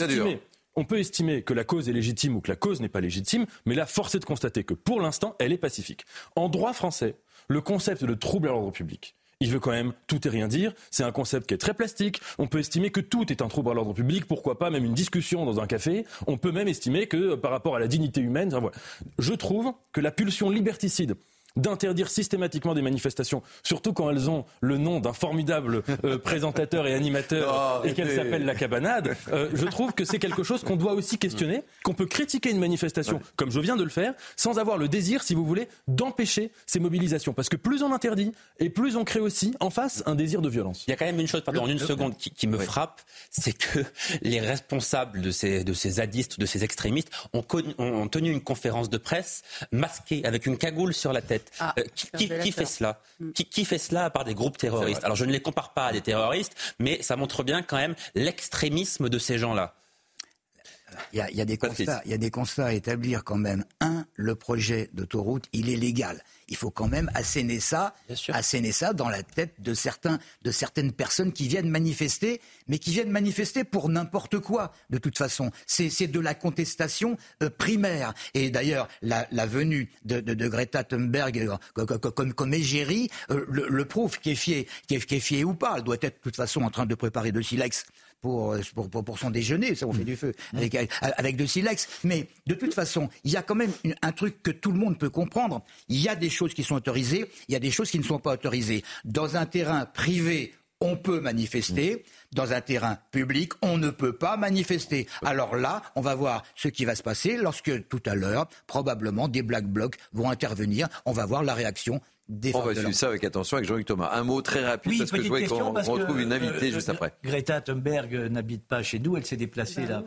On peut estimer que la cause est légitime ou que la cause n'est pas légitime, mais là, force est de constater que pour l'instant, elle est pacifique. En droit français, le concept de trouble à l'ordre public, il veut quand même tout et rien dire. C'est un concept qui est très plastique. On peut estimer que tout est un trouble à l'ordre public. Pourquoi pas même une discussion dans un café. On peut même estimer que par rapport à la dignité humaine, voilà. Je trouve que la pulsion liberticide d'interdire systématiquement des manifestations, surtout quand elles ont le nom d'un formidable présentateur et animateur et qu'elles s'appellent la cabanade, je trouve que c'est quelque chose qu'on doit aussi questionner, qu'on peut critiquer une manifestation, comme je viens de le faire, sans avoir le désir, si vous voulez, d'empêcher ces mobilisations. Parce que plus on interdit, et plus on crée aussi, en face, un désir de violence. Il y a quand même une chose, en une seconde, qui me frappe, c'est que les responsables de ces zadistes, de ces extrémistes, ont tenu une conférence de presse masquée, avec une cagoule sur la tête. Qui fait cela ? Qui fait cela à part des groupes terroristes ? Alors je ne les compare pas à des terroristes, mais ça montre bien quand même l'extrémisme de ces gens-là. Il y a des constats à établir quand même. Le projet d'autoroute, il est légal. Il faut quand même asséner ça dans la tête de certaines personnes qui viennent manifester, mais qui viennent manifester pour n'importe quoi, de toute façon. C'est de la contestation primaire. Et d'ailleurs, la venue de Greta Thunberg comme égérie le prouve, qui est fiée ou pas. Elle doit être de toute façon en train de préparer de silex pour son déjeuner, ça on fait du feu avec de silex. Mais de toute façon, il y a quand même un truc que tout le monde peut comprendre. Il y a des choses qui sont autorisées, il y a des choses qui ne sont pas autorisées. Dans un terrain privé, on peut manifester. Dans un terrain public, on ne peut pas manifester. Alors là, on va voir ce qui va se passer lorsque, tout à l'heure, probablement, des Black Blocs vont intervenir. On va voir la réaction des forces de l'ordre. On va suivre ça avec attention avec Jean-Luc Thomas. Un mot très rapide, parce que je vois qu'on retrouve une invitée juste après. Greta Thunberg n'habite pas chez nous. Elle s'est déplacée là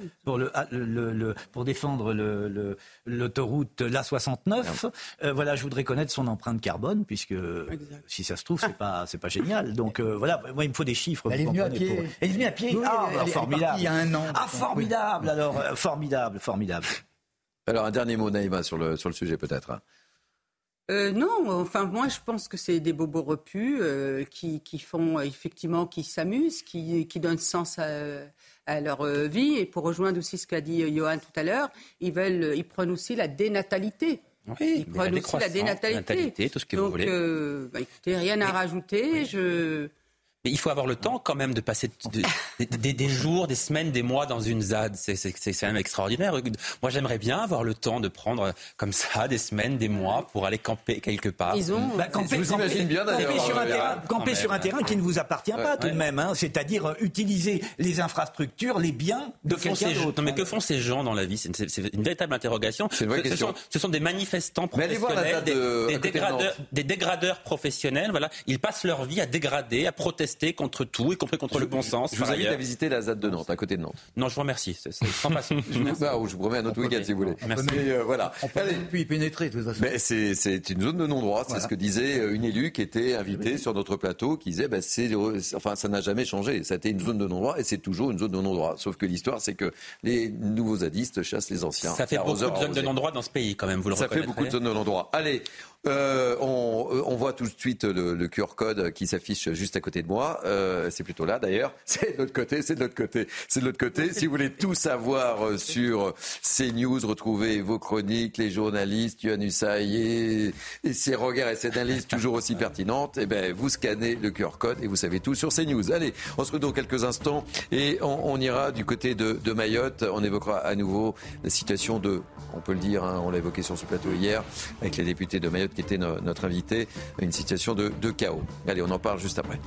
pour défendre l'autoroute l'A69. Voilà, je voudrais connaître son empreinte carbone, puisque si ça se trouve, c'est pas génial. Donc voilà, moi il me faut des chiffres. Elle est venue à pied. Elle est venue à pied. Oui, formidable. Il y a un an. Formidable. Alors formidable. Alors un dernier mot, Naïma, sur le sujet peut-être. Non, enfin moi je pense que c'est des bobos repus qui font effectivement, qui s'amusent, qui donnent sens à leur vie. Et pour rejoindre aussi ce qu'a dit Johan tout à l'heure, ils prennent aussi la dénatalité. Oui, ils prennent aussi la dénatalité. Tout ce que vous voulez. Écoutez, rien à rajouter. Mais il faut avoir le temps quand même de passer des jours, des semaines, des mois dans une ZAD. C'est quand même extraordinaire. Moi, j'aimerais bien avoir le temps de prendre comme ça des semaines, des mois pour aller camper quelque part. Je vous imagine bien d'ailleurs. Camper sur un terrain qui ne vous appartient pas tout de même. C'est-à-dire utiliser les infrastructures, les biens de quelqu'un d'autre. Non, mais que font ces gens dans la vie ? C'est une véritable interrogation. C'est une vraie question. Ce sont des manifestants professionnels, des dégradeurs professionnels. Voilà, ils passent leur vie à dégrader, à protester contre tout, y compris contre le bon sens. Je vous invite à visiter la ZAD de Nantes, à côté de Nantes. Non, je vous remercie. C'est sans façon. Je vous promets un autre week-end si vous voulez. Merci. Mais, voilà. On peut plus y pénétrer de toute façon. Mais c'est une zone de non-droit. C'est ce que disait une élue qui était invitée sur notre plateau, qui disait ça n'a jamais changé. Ça a été une zone de non-droit et c'est toujours une zone de non-droit. Sauf que l'histoire, c'est que les nouveaux zadistes chassent les anciens. Ça fait beaucoup de zones de non-droit dans ce pays quand même, vous le reconnaîtrez. Ça fait beaucoup de zones de non-droit. Allez. On voit tout de suite le QR code qui s'affiche juste à côté de moi. C'est plutôt là d'ailleurs. C'est de l'autre côté. Si vous voulez tout savoir sur CNews, retrouvez vos chroniques, les journalistes, Yohann Usaï et ses regards et ses analyses toujours aussi pertinentes. Vous scannez le QR code et vous savez tout sur CNews. Allez, on se retrouve dans quelques instants et on ira du côté de Mayotte. On évoquera à nouveau la situation on peut le dire, on l'a évoqué sur ce plateau hier, avec les députés de Mayotte qui étaient notre invité, une situation de chaos. Allez, on en parle juste après.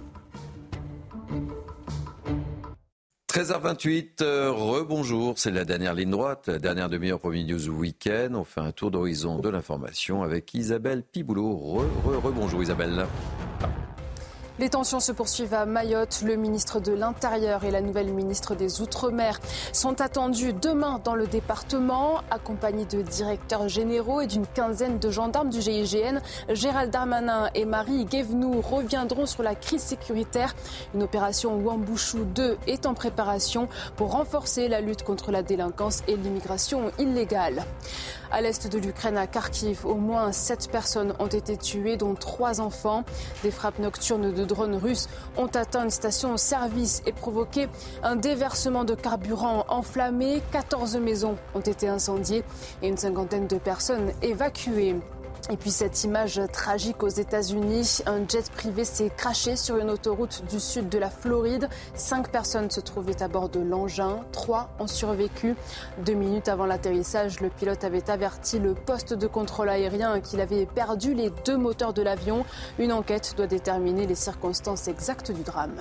13h28, rebonjour, c'est la dernière ligne droite, la dernière demi-heure pour Midi News Weekend. On fait un tour d'horizon de l'information avec Isabelle Piboulot. Rebonjour Isabelle. Les tensions se poursuivent à Mayotte. Le ministre de l'Intérieur et la nouvelle ministre des Outre-mer sont attendus demain dans le département, accompagnés de directeurs généraux et d'une quinzaine de gendarmes du GIGN. Gérald Darmanin et Marie Guévenoux reviendront sur la crise sécuritaire. Une opération Wambouchou 2 est en préparation pour renforcer la lutte contre la délinquance et l'immigration illégale. À l'est de l'Ukraine, à Kharkiv, au moins 7 personnes ont été tuées, dont 3 enfants. Des frappes nocturnes de drones russes ont atteint une station-service et provoqué un déversement de carburant enflammé. 14 maisons ont été incendiées et une cinquantaine de personnes évacuées. Et puis cette image tragique aux États-Unis, un jet privé s'est crashé sur une autoroute du sud de la Floride. 5 personnes se trouvaient à bord de l'engin, 3 ont survécu. 2 minutes avant l'atterrissage, le pilote avait averti le poste de contrôle aérien qu'il avait perdu les 2 moteurs de l'avion. Une enquête doit déterminer les circonstances exactes du drame.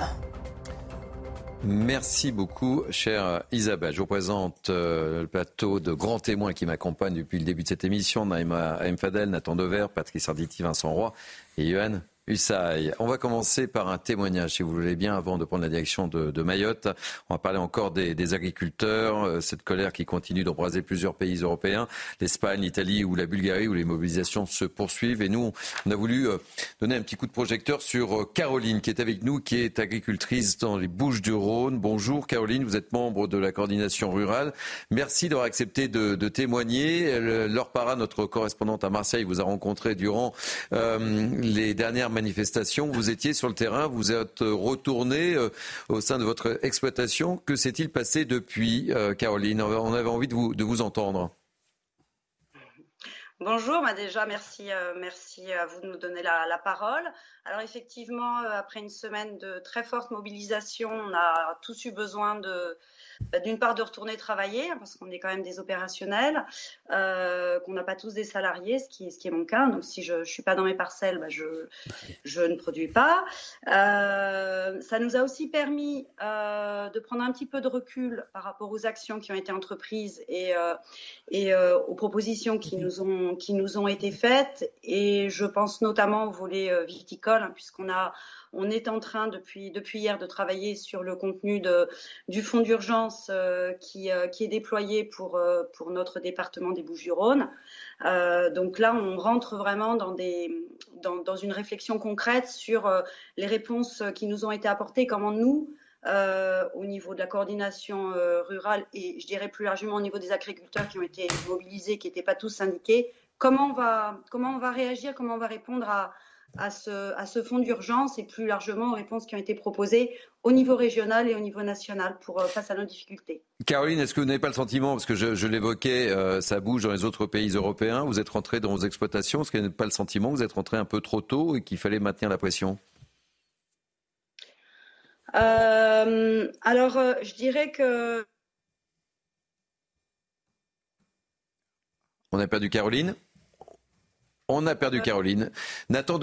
Merci beaucoup, chère Isabelle. Je vous présente le plateau de grands témoins qui m'accompagnent depuis le début de cette émission. Naïma M. Fadel, Nathan Dever, Patrice Arditi, Vincent Roy et Yohann Hussaï. On va commencer par un témoignage, si vous voulez bien, avant de prendre la direction de Mayotte. On va parler encore des agriculteurs, cette colère qui continue d'embraser plusieurs pays européens, l'Espagne, l'Italie ou la Bulgarie, où les mobilisations se poursuivent. Et nous, on a voulu donner un petit coup de projecteur sur Caroline, qui est avec nous, qui est agricultrice dans les Bouches-du-Rhône. Bonjour Caroline, vous êtes membre de la coordination rurale. Merci d'avoir accepté de témoigner. Laure Parra, notre correspondante à Marseille, vous a rencontré durant les dernières manifestation. Vous étiez sur le terrain, vous êtes retourné au sein de votre exploitation. Que s'est-il passé depuis, Caroline? On avait envie de vous entendre. Bonjour, déjà merci à vous de nous donner la parole. Alors effectivement, après une semaine de très forte mobilisation, on a tous eu besoin d'une part de retourner travailler, parce qu'on est quand même des opérationnels, qu'on n'a pas tous des salariés, ce qui est mon cas. Donc si je ne suis pas dans mes parcelles, je ne produis pas. Ça nous a aussi permis de prendre un petit peu de recul par rapport aux actions qui ont été entreprises et aux propositions qui nous ont été faites. Et je pense notamment au volet viticole, puisqu'on est en train depuis hier de travailler sur le contenu du fonds d'urgence qui est déployé pour notre département des Bouches-du-Rhône. Donc là, on rentre vraiment dans une réflexion concrète sur les réponses qui nous ont été apportées, comment nous, au niveau de la coordination rurale et je dirais plus largement au niveau des agriculteurs qui ont été mobilisés, qui n'étaient pas tous syndiqués, comment on va réagir, comment on va répondre à ce fonds d'urgence et plus largement aux réponses qui ont été proposées au niveau régional et au niveau national face à nos difficultés. Caroline, est-ce que vous n'avez pas le sentiment, parce que je l'évoquais, ça bouge dans les autres pays européens, vous êtes rentré dans vos exploitations, est-ce que vous n'avez pas le sentiment que vous êtes rentré un peu trop tôt et qu'il fallait maintenir la pression? Je dirais que... On a perdu Caroline. On a perdu Caroline. Nathan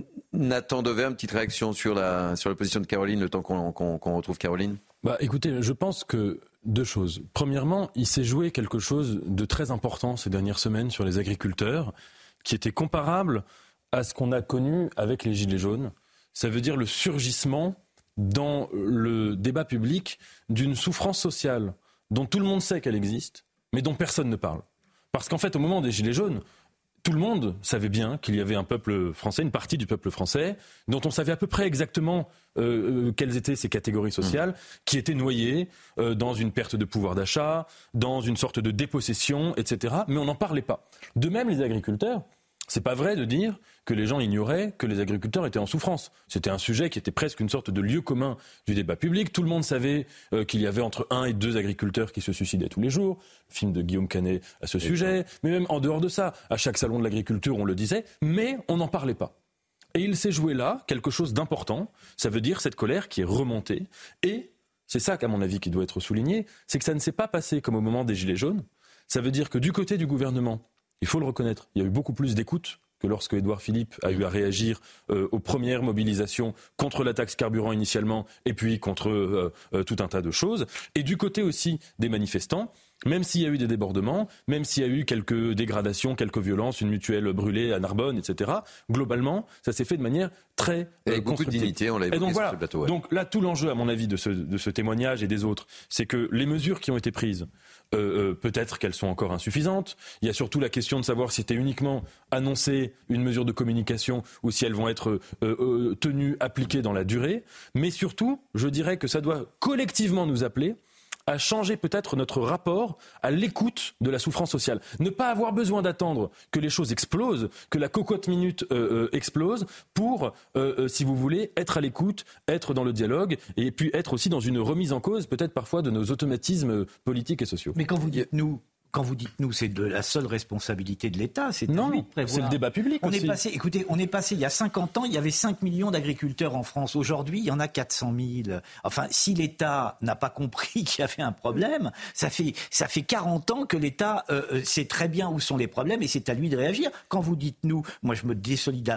Dever, une petite réaction sur la position de Caroline, le temps qu'on retrouve Caroline. Écoutez, je pense que deux choses. Premièrement, il s'est joué quelque chose de très important ces dernières semaines sur les agriculteurs, qui était comparable à ce qu'on a connu avec les Gilets jaunes. Ça veut dire le surgissement dans le débat public d'une souffrance sociale dont tout le monde sait qu'elle existe, mais dont personne ne parle. Parce qu'en fait, au moment des Gilets jaunes, tout le monde savait bien qu'il y avait un peuple français, une partie du peuple français, dont on savait à peu près exactement quelles étaient ces catégories sociales, qui étaient noyées dans une perte de pouvoir d'achat, dans une sorte de dépossession, etc. Mais on n'en parlait pas. De même, les agriculteurs, c'est pas vrai de dire que les gens ignoraient que les agriculteurs étaient en souffrance. C'était un sujet qui était presque une sorte de lieu commun du débat public. Tout le monde savait qu'il y avait entre 1 et 2 agriculteurs qui se suicidaient tous les jours. Le film de Guillaume Canet à ce sujet. Mais même en dehors de ça, à chaque salon de l'agriculture, on le disait, mais on n'en parlait pas. Et il s'est joué là quelque chose d'important. Ça veut dire cette colère qui est remontée. Et c'est ça qu'à mon avis qui doit être souligné, c'est que ça ne s'est pas passé comme au moment des Gilets jaunes. Ça veut dire que du côté du gouvernement, il faut le reconnaître, il y a eu beaucoup plus d'écoute que lorsque Édouard Philippe a eu à réagir aux premières mobilisations contre la taxe carburant initialement et puis contre tout un tas de choses. Et du côté aussi des manifestants, même s'il y a eu des débordements, même s'il y a eu quelques dégradations, quelques violences, une mutuelle brûlée à Narbonne, etc., globalement, ça s'est fait de manière très constructive. Beaucoup de dignité, on l'a évoqué sur ce plateau. Ouais. Donc là, tout l'enjeu, à mon avis, de ce témoignage et des autres, c'est que les mesures qui ont été prises, peut-être qu'elles sont encore insuffisantes. Il y a surtout la question de savoir si c'était uniquement annoncer une mesure de communication ou si elles vont être tenues, appliquées dans la durée. Mais surtout, je dirais que ça doit collectivement nous appeler à changer peut-être notre rapport à l'écoute de la souffrance sociale. Ne pas avoir besoin d'attendre que les choses explosent, que la cocotte minute explose pour, si vous voulez, être à l'écoute, être dans le dialogue et puis être aussi dans une remise en cause peut-être parfois de nos automatismes politiques et sociaux. Mais quand vous dites nous, c'est de la seule responsabilité de l'État. C'est non, c'est le débat public on aussi. On est passé, il y a 50 ans, il y avait 5 millions d'agriculteurs en France. Aujourd'hui, il y en a 400 000. Enfin, si l'État n'a pas compris qu'il y avait un problème, ça fait 40 ans que l'État sait très bien où sont les problèmes et c'est à lui de réagir. Quand vous dites nous, moi je me désolidarise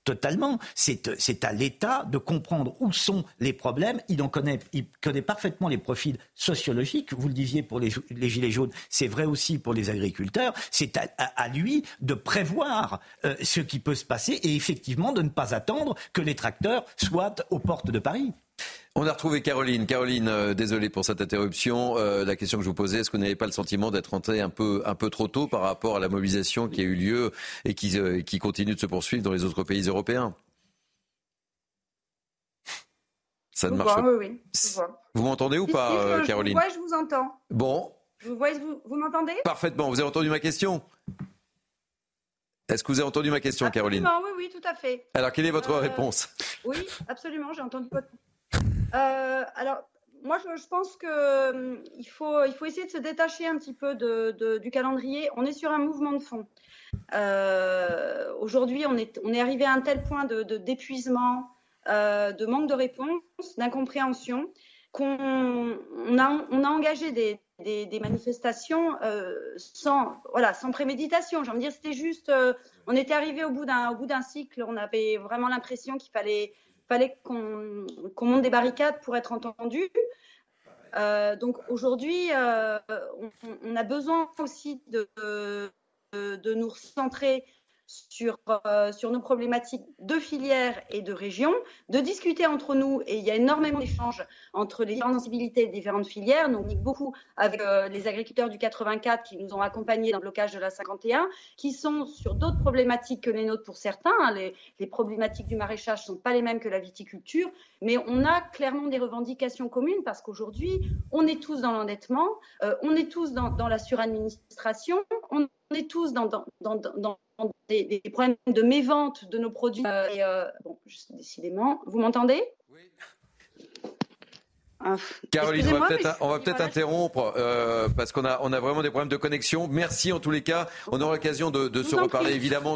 totalement. C'est à l'État de comprendre où sont les problèmes. Il connaît parfaitement les profils sociologiques. Vous le disiez pour les Gilets jaunes, c'est vrai aussi pour les agriculteurs. C'est à lui de prévoir ce qui peut se passer et effectivement de ne pas attendre que les tracteurs soient aux portes de Paris. On a retrouvé Caroline. Caroline, désolé pour cette interruption. La question que je vous posais, est-ce que vous n'avez pas le sentiment d'être rentré un peu trop tôt par rapport à la mobilisation qui a eu lieu et qui continue de se poursuivre dans les autres pays européens ? Ça ne marche pas. Oui, je vois. Vous m'entendez ou pas, Caroline ? Oui, je vous entends. Bon. Vous m'entendez ? Parfaitement. Vous avez entendu ma question ? Est-ce que vous avez entendu ma question, Caroline ? Oui, tout à fait. Alors, quelle est votre réponse ? Oui, absolument, j'ai entendu votre... alors, moi, je pense qu'il faut essayer de se détacher un petit peu du calendrier. On est sur un mouvement de fond. Aujourd'hui, on est arrivé à un tel point d'épuisement, de manque de réponse, d'incompréhension, qu'on a engagé des manifestations sans préméditation. J'ai envie de dire, c'était juste, on était arrivé au bout d'un cycle, on avait vraiment l'impression qu'il fallait qu'on monte des barricades pour être entendu. Donc aujourd'hui, on a besoin aussi de nous recentrer sur nos problématiques de filières et de régions, de discuter entre nous, et il y a énormément d'échanges entre les différentes sensibilités des différentes filières. Nous, on communique beaucoup avec les agriculteurs du 84 qui nous ont accompagnés dans le blocage de la 51, qui sont sur d'autres problématiques que les nôtres pour certains. Les problématiques du maraîchage ne sont pas les mêmes que la viticulture, mais on a clairement des revendications communes parce qu'aujourd'hui, on est tous dans l'endettement, on est tous dans la suradministration, on est tous dans des problèmes de mévente de nos produits. Décidément, vous m'entendez ? Oui. Caroline, on va peut-être interrompre parce qu'on a vraiment des problèmes de connexion. Merci en tous les cas. On aura l'occasion de se reparler évidemment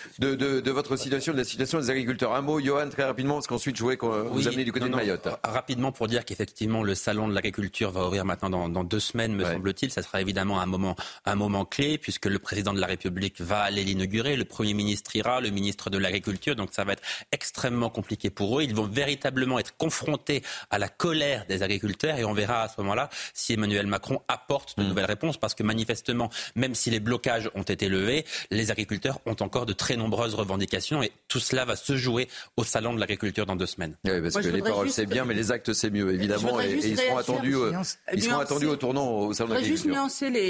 de votre situation, de la situation des agriculteurs. Un mot, Johan, très rapidement, parce qu'ensuite je voulais vous amener du côté de Mayotte. Rapidement pour dire qu'effectivement le salon de l'agriculture va ouvrir maintenant dans 2 semaines, me semble-t-il. Ça sera évidemment un moment clé puisque le président de la République va aller l'inaugurer, le Premier ministre ira, le ministre de l'Agriculture. Donc ça va être extrêmement compliqué pour eux. Ils vont véritablement être confrontés à la colère des agriculteurs et on verra à ce moment-là si Emmanuel Macron apporte de nouvelles réponses parce que manifestement, même si les blocages ont été levés, les agriculteurs ont encore de très nombreuses revendications et tout cela va se jouer au salon de l'agriculture dans 2 semaines. Oui, parce que les paroles c'est bien, mais les actes c'est mieux, évidemment, et ils seront attendus au tournant au salon de l'agriculture. Je voudrais juste nuancer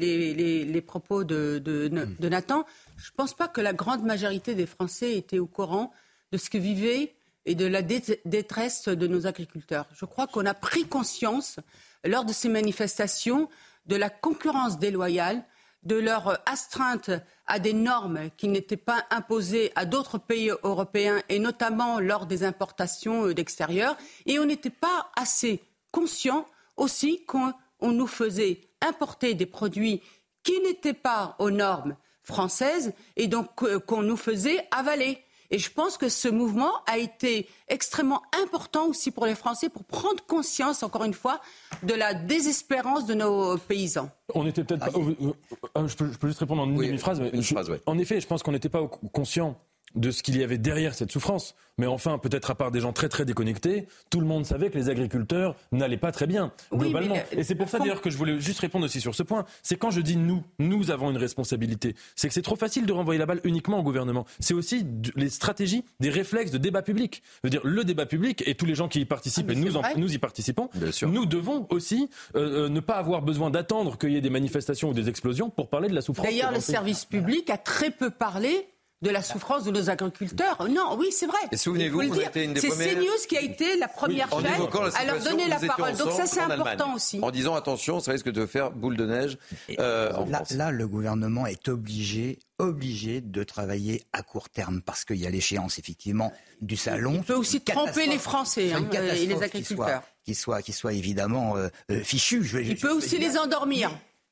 les propos de Nathan. Je ne pense pas que la grande majorité des Français étaient au courant de ce que vivaient et de la détresse de nos agriculteurs. Je crois qu'on a pris conscience, lors de ces manifestations, de la concurrence déloyale, de leur astreinte à des normes qui n'étaient pas imposées à d'autres pays européens, et notamment lors des importations d'extérieur. Et on n'était pas assez conscient aussi qu'on nous faisait importer des produits qui n'étaient pas aux normes françaises et donc qu'on nous faisait avaler. Et je pense que ce mouvement a été extrêmement important aussi pour les Français pour prendre conscience, encore une fois, de la désespérance de nos paysans. On n'était peut-être pas... Je peux juste répondre en une demi-phrase. En effet, je pense qu'on n'était pas conscient de ce qu'il y avait derrière cette souffrance. Mais enfin, peut-être à part des gens très très déconnectés, tout le monde savait que les agriculteurs n'allaient pas très bien, globalement. Et c'est pour ça d'ailleurs que je voulais juste répondre aussi sur ce point. C'est quand je dis nous avons une responsabilité. C'est que c'est trop facile de renvoyer la balle uniquement au gouvernement. C'est aussi les stratégies, des réflexes de débat public. Je veux dire, le débat public et tous les gens qui y participent, et nous y participons, nous devons aussi ne pas avoir besoin d'attendre qu'il y ait des manifestations ou des explosions pour parler de la souffrance. D'ailleurs, le service public a très peu parlé de la souffrance de nos agriculteurs. Non, oui, c'est vrai. Et souvenez-vous, on était une des premières... C'est CNews qui a été la première chaîne à leur donner la parole. Donc ça, c'est important aussi. En disant, attention, ça risque de faire boule de neige en France. Là, le gouvernement est obligé de travailler à court terme parce qu'il y a l'échéance, effectivement, du salon. Il peut aussi tromper les Français et les agriculteurs. Qui soit évidemment fichu. Il peut aussi les endormir.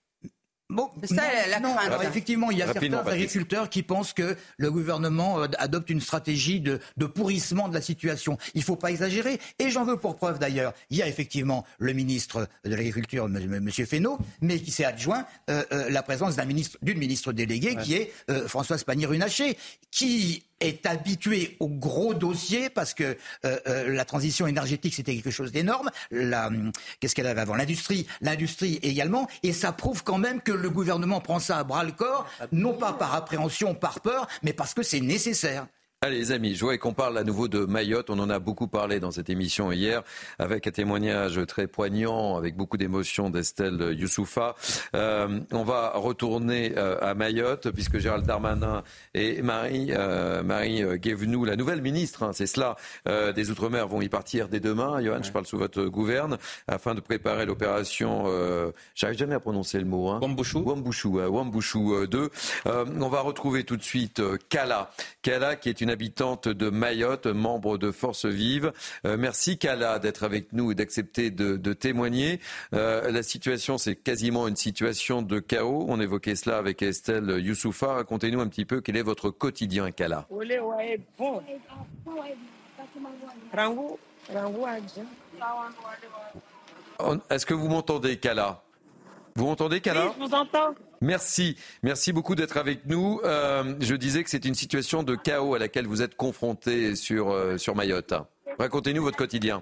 Bon, c'est ça la crainte. Alors effectivement, il y a certains agriculteurs qui pensent que le gouvernement adopte une stratégie de pourrissement de la situation. Il ne faut pas exagérer. Et j'en veux pour preuve d'ailleurs. Il y a effectivement le ministre de l'Agriculture, M. Fesneau, mais qui s'est adjoint la présence d'une ministre déléguée qui est Françoise Pannier-Runacher, qui est habitué aux gros dossiers parce que la transition énergétique, c'était quelque chose d'énorme. Qu'est-ce qu'elle avait avant ? L'industrie également. Et ça prouve quand même que le gouvernement prend ça à bras-le-corps, non pas par appréhension, par peur, mais parce que c'est nécessaire. Allez les amis, je voudrais qu'on parle à nouveau de Mayotte. On en a beaucoup parlé dans cette émission hier, avec un témoignage très poignant, avec beaucoup d'émotion d'Estelle Youssoupha. On va retourner à Mayotte, puisque Gérald Darmanin et Marie Guévenoux, la nouvelle ministre, c'est cela, des Outre-mer, vont y partir dès demain. Johan, je parle sous votre gouverne, afin de préparer l'opération, j'arrive jamais à prononcer le mot, Wambouchou 2. On va retrouver tout de suite Kala, qui est une habitante de Mayotte, membre de Force Vive. Merci Kala d'être avec nous et d'accepter de témoigner. La situation, c'est quasiment une situation de chaos. On évoquait cela avec Estelle Youssoupha. Racontez-nous un petit peu quel est votre quotidien, Kala. Est-ce que vous m'entendez, Kala ? Vous m'entendez, Kala ? Oui, je vous entends. Merci beaucoup d'être avec nous. Je disais que c'est une situation de chaos à laquelle vous êtes confrontés sur Mayotte. Racontez-nous votre quotidien.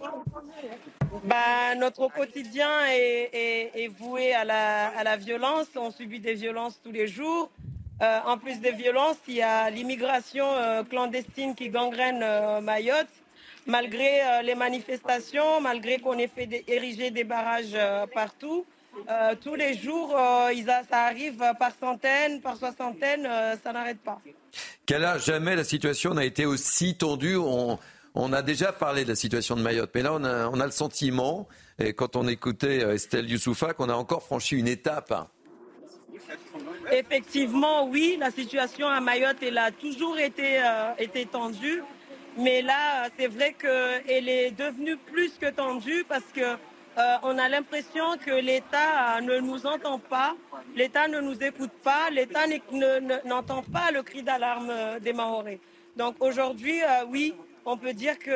Notre quotidien est voué à la violence. On subit des violences tous les jours. En plus des violences, il y a l'immigration clandestine qui gangrène Mayotte. Malgré les manifestations, malgré qu'on ait fait ériger des barrages partout, tous les jours, ça arrive par centaines, par soixantaines, ça n'arrête pas. Jamais la situation n'a été aussi tendue. On a déjà parlé de la situation de Mayotte, mais là on a le sentiment, et quand on écoutait Estelle Youssoupha, qu'on a encore franchi une étape. Effectivement, oui, la situation à Mayotte, elle a toujours été tendue, mais là, c'est vrai qu'elle est devenue plus que tendue parce que on a l'impression que l'État ne nous entend pas, l'État ne nous écoute pas, l'État n'entend pas le cri d'alarme des Mahorais. Donc aujourd'hui, oui, on peut dire que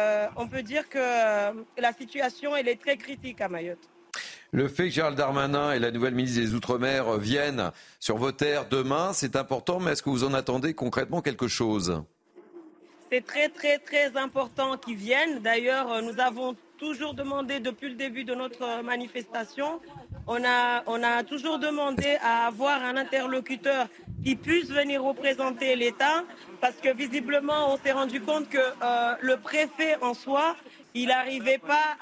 la situation elle est très critique à Mayotte. Le fait que Gérald Darmanin et la nouvelle ministre des Outre-mer viennent sur vos terres demain, c'est important, mais est-ce que vous en attendez concrètement quelque chose ? C'est très, très, très important qu'ils viennent. D'ailleurs, nous avons toujours demandé depuis le début de notre manifestation, on a toujours demandé à avoir un interlocuteur qui puisse venir représenter l'État, parce que visiblement, on s'est rendu compte que le préfet en soi, il n'arrivait pas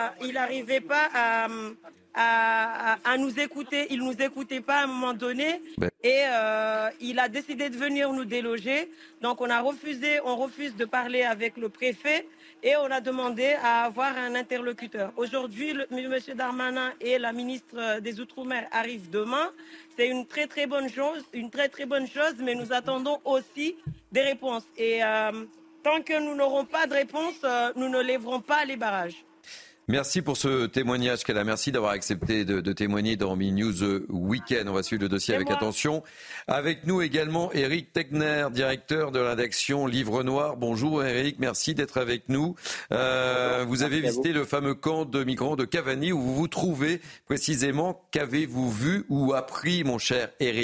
à nous écouter. Il ne nous écoutait pas à un moment donné et il a décidé de venir nous déloger. Donc on refuse de parler avec le préfet et on a demandé à avoir un interlocuteur. Aujourd'hui, M. Darmanin et la ministre des Outre-mer arrivent demain. C'est une très très bonne chose, mais nous attendons aussi des réponses. Et tant que nous n'aurons pas de réponse, nous ne lèverons pas les barrages. Merci pour ce témoignage, Kala. Merci d'avoir accepté de témoigner dans Midi-News Weekend. On va suivre le dossier avec attention. Avec nous également Éric Tegner, directeur de la rédaction Livre Noir. Bonjour Éric, merci d'être avec nous. Vous avez visité le fameux camp de migrants de Cavani où vous vous trouvez précisément. Qu'avez-vous vu ou appris, mon cher Éric ?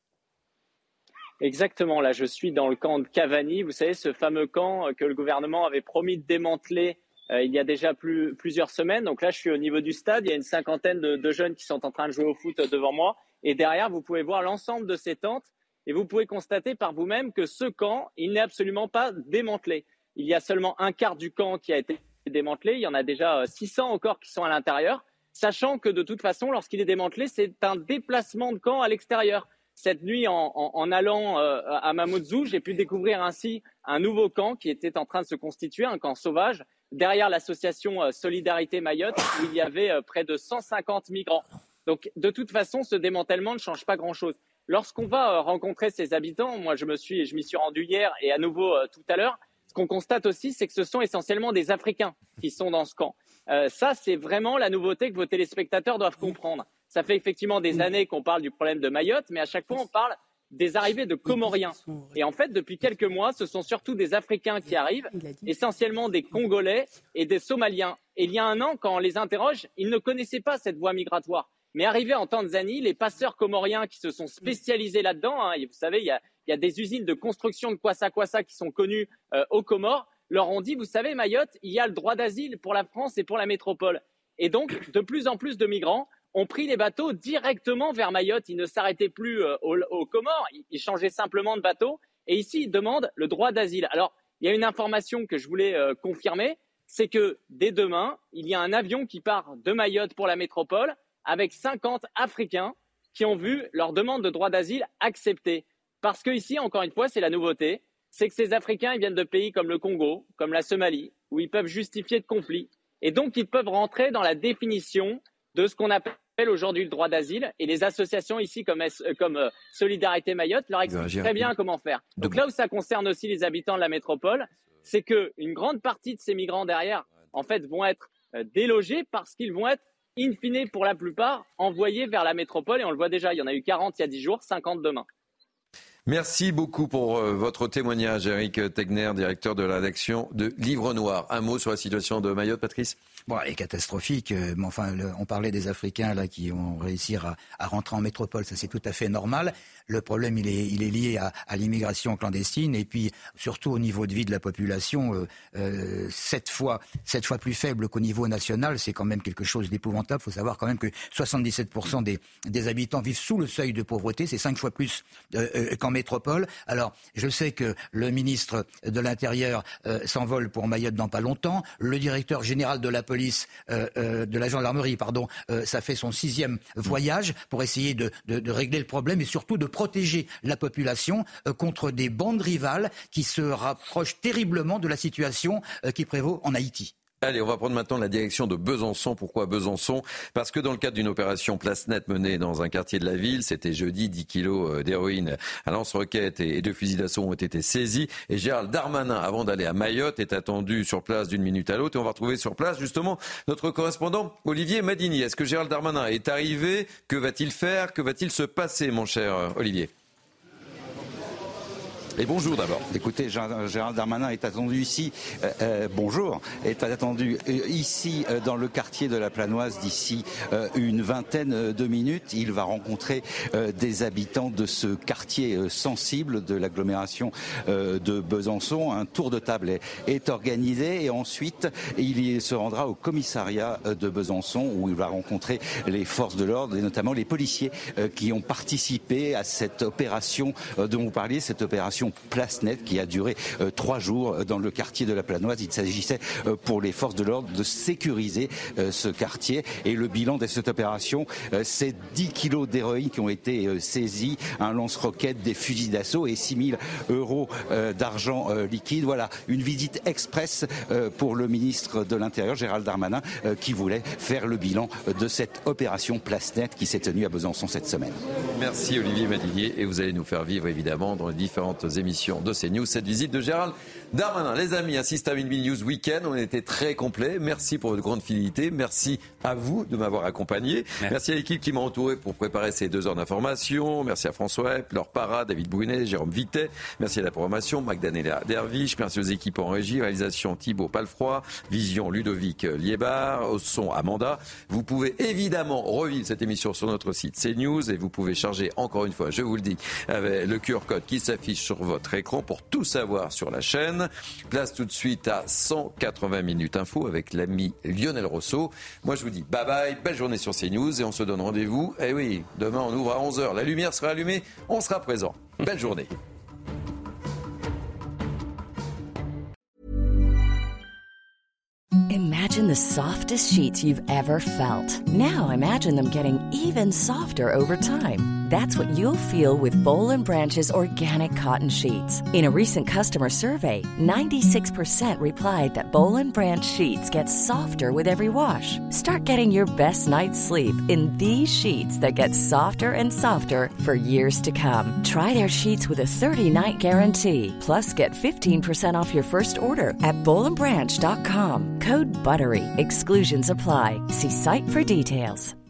Exactement, là je suis dans le camp de Cavani. Vous savez, ce fameux camp que le gouvernement avait promis de démanteler il y a déjà plusieurs semaines. Donc là, je suis au niveau du stade. Il y a une cinquantaine de jeunes qui sont en train de jouer au foot devant moi. Et derrière, vous pouvez voir l'ensemble de ces tentes. Et vous pouvez constater par vous-même que ce camp, il n'est absolument pas démantelé. Il y a seulement un quart du camp qui a été démantelé. Il y en a déjà 600 encore qui sont à l'intérieur. Sachant que de toute façon, lorsqu'il est démantelé, c'est un déplacement de camp à l'extérieur. Cette nuit, en allant à Mamoudzou, j'ai pu découvrir ainsi un nouveau camp qui était en train de se constituer, un camp sauvage, derrière l'association Solidarité Mayotte, où il y avait près de 150 migrants. Donc, de toute façon, ce démantèlement ne change pas grand-chose. Lorsqu'on va rencontrer ces habitants, moi je m'y suis rendu hier et à nouveau tout à l'heure, ce qu'on constate aussi, c'est que ce sont essentiellement des Africains qui sont dans ce camp. Ça, c'est vraiment la nouveauté que vos téléspectateurs doivent comprendre. Ça fait effectivement des années qu'on parle du problème de Mayotte, mais à chaque fois, on parle des arrivées de Comoriens. Et en fait, depuis quelques mois, ce sont surtout des Africains qui arrivent, essentiellement des Congolais et des Somaliens. Et il y a un an, quand on les interroge, ils ne connaissaient pas cette voie migratoire. Mais arrivés en Tanzanie, les passeurs comoriens qui se sont spécialisés là-dedans, vous savez, il il y a des usines de construction de kwassa qui sont connues aux Comores, leur ont dit, vous savez, Mayotte, il y a le droit d'asile pour la France et pour la métropole. Et donc, de plus en plus de migrants ont pris les bateaux directement vers Mayotte. Ils ne s'arrêtaient plus aux Comores, ils changeaient simplement de bateau. Et ici, ils demandent le droit d'asile. Alors, il y a une information que je voulais confirmer, c'est que dès demain, il y a un avion qui part de Mayotte pour la métropole avec 50 Africains qui ont vu leur demande de droit d'asile acceptée. Parce que ici, encore une fois, c'est la nouveauté, c'est que ces Africains ils viennent de pays comme le Congo, comme la Somalie, où ils peuvent justifier de conflits. Et donc, ils peuvent rentrer dans la définition de ce qu'on appelle aujourd'hui le droit d'asile. Et les associations ici, comme Solidarité Mayotte, leur expliquent très bien comment faire. Donc là où ça concerne aussi les habitants de la métropole, c'est qu'une grande partie de ces migrants derrière, en fait, vont être délogés parce qu'ils vont être, in fine, pour la plupart, envoyés vers la métropole. Et on le voit déjà, il y en a eu 40 il y a 10 jours, 50 demain. Merci beaucoup pour votre témoignage, Eric Tegner, directeur de la rédaction de Livre Noir. Un mot sur la situation de Mayotte, Patrice ? Bon, elle est catastrophique, mais enfin, on parlait des Africains là qui ont réussi à rentrer en métropole, ça c'est tout à fait normal. Le problème, il est lié à l'immigration clandestine et puis surtout au niveau de vie de la population, 7 fois plus faible qu'au niveau national, c'est quand même quelque chose d'épouvantable. Il faut savoir quand même que 77% des habitants vivent sous le seuil de pauvreté, c'est 5 fois plus qu'en métropole. Alors, je sais que le ministre de l'Intérieur s'envole pour Mayotte dans pas longtemps. Le directeur général de la police, de la gendarmerie, ça fait son 6e voyage pour essayer de régler le problème et surtout de protéger la population contre des bandes rivales qui se rapprochent terriblement de la situation qui prévaut en Haïti. Allez, on va prendre maintenant la direction de Besançon. Pourquoi Besançon ? Parce que dans le cadre d'une opération Place Nette menée dans un quartier de la ville, c'était jeudi, 10 kilos d'héroïne à lance-roquettes et 2 fusils d'assaut ont été saisis. Et Gérald Darmanin, avant d'aller à Mayotte, est attendu sur place d'une minute à l'autre. Et on va retrouver sur place, justement, notre correspondant Olivier Madini. Est-ce que Gérald Darmanin est arrivé ? Que va-t-il faire ? Que va-t-il se passer, mon cher Olivier ? Et bonjour d'abord. Écoutez, Gérald Darmanin est attendu ici, est attendu ici dans le quartier de la Planoise d'ici une vingtaine de minutes. Il va rencontrer des habitants de ce quartier sensible de l'agglomération de Besançon. Un tour de table est organisé et ensuite il se rendra au commissariat de Besançon où il va rencontrer les forces de l'ordre et notamment les policiers qui ont participé à cette opération dont vous parliez, cette opération Place Nette qui a duré 3 jours dans le quartier de la Planoise. Il s'agissait pour les forces de l'ordre de sécuriser ce quartier et le bilan de cette opération, c'est 10 kilos d'héroïne qui ont été saisis, un lance-roquette, des fusils d'assaut et 6 000 euros d'argent liquide. Voilà, une visite express pour le ministre de l'Intérieur, Gérald Darmanin, qui voulait faire le bilan de cette opération Place Nette qui s'est tenue à Besançon cette semaine. Merci Olivier Madinier et vous allez nous faire vivre évidemment dans les différentes émissions de CNews cette visite de Gérald Darmanin. Les amis, un Système News Weekend, on était très complet. Merci pour votre grande fidélité. Merci à vous de m'avoir accompagné. Merci à l'équipe qui m'a entouré pour préparer ces 2 heures d'information. Merci à François Epp, Laure Parra, David Brunet, Jérôme Vitet. Merci à la programmation, Magdalena Derviche. Merci aux équipes en régie, réalisation Thibaut Palfroy, vision Ludovic Liébar, au son Amanda. Vous pouvez évidemment revivre cette émission sur notre site CNews et vous pouvez charger encore une fois, je vous le dis, avec le QR code qui s'affiche sur votre écran pour tout savoir sur la chaîne. Place tout de suite à 180 minutes info avec l'ami Lionel Rousseau. Moi je vous dis bye bye, belle journée sur CNews et on se donne rendez-vous. Eh oui, demain on ouvre à 11h, la lumière sera allumée, on sera présent. Belle journée. Imagine the softest sheets you've ever felt. Now imagine them getting even softer over time. That's what you'll feel with Boll & Branch's organic cotton sheets. In a recent customer survey, 96% replied that Boll & Branch sheets get softer with every wash. Start getting your best night's sleep in these sheets that get softer and softer for years to come. Try their sheets with a 30-night guarantee. Plus, get 15% off your first order at bollandbranch.com. Code BUTTERY. Exclusions apply. See site for details.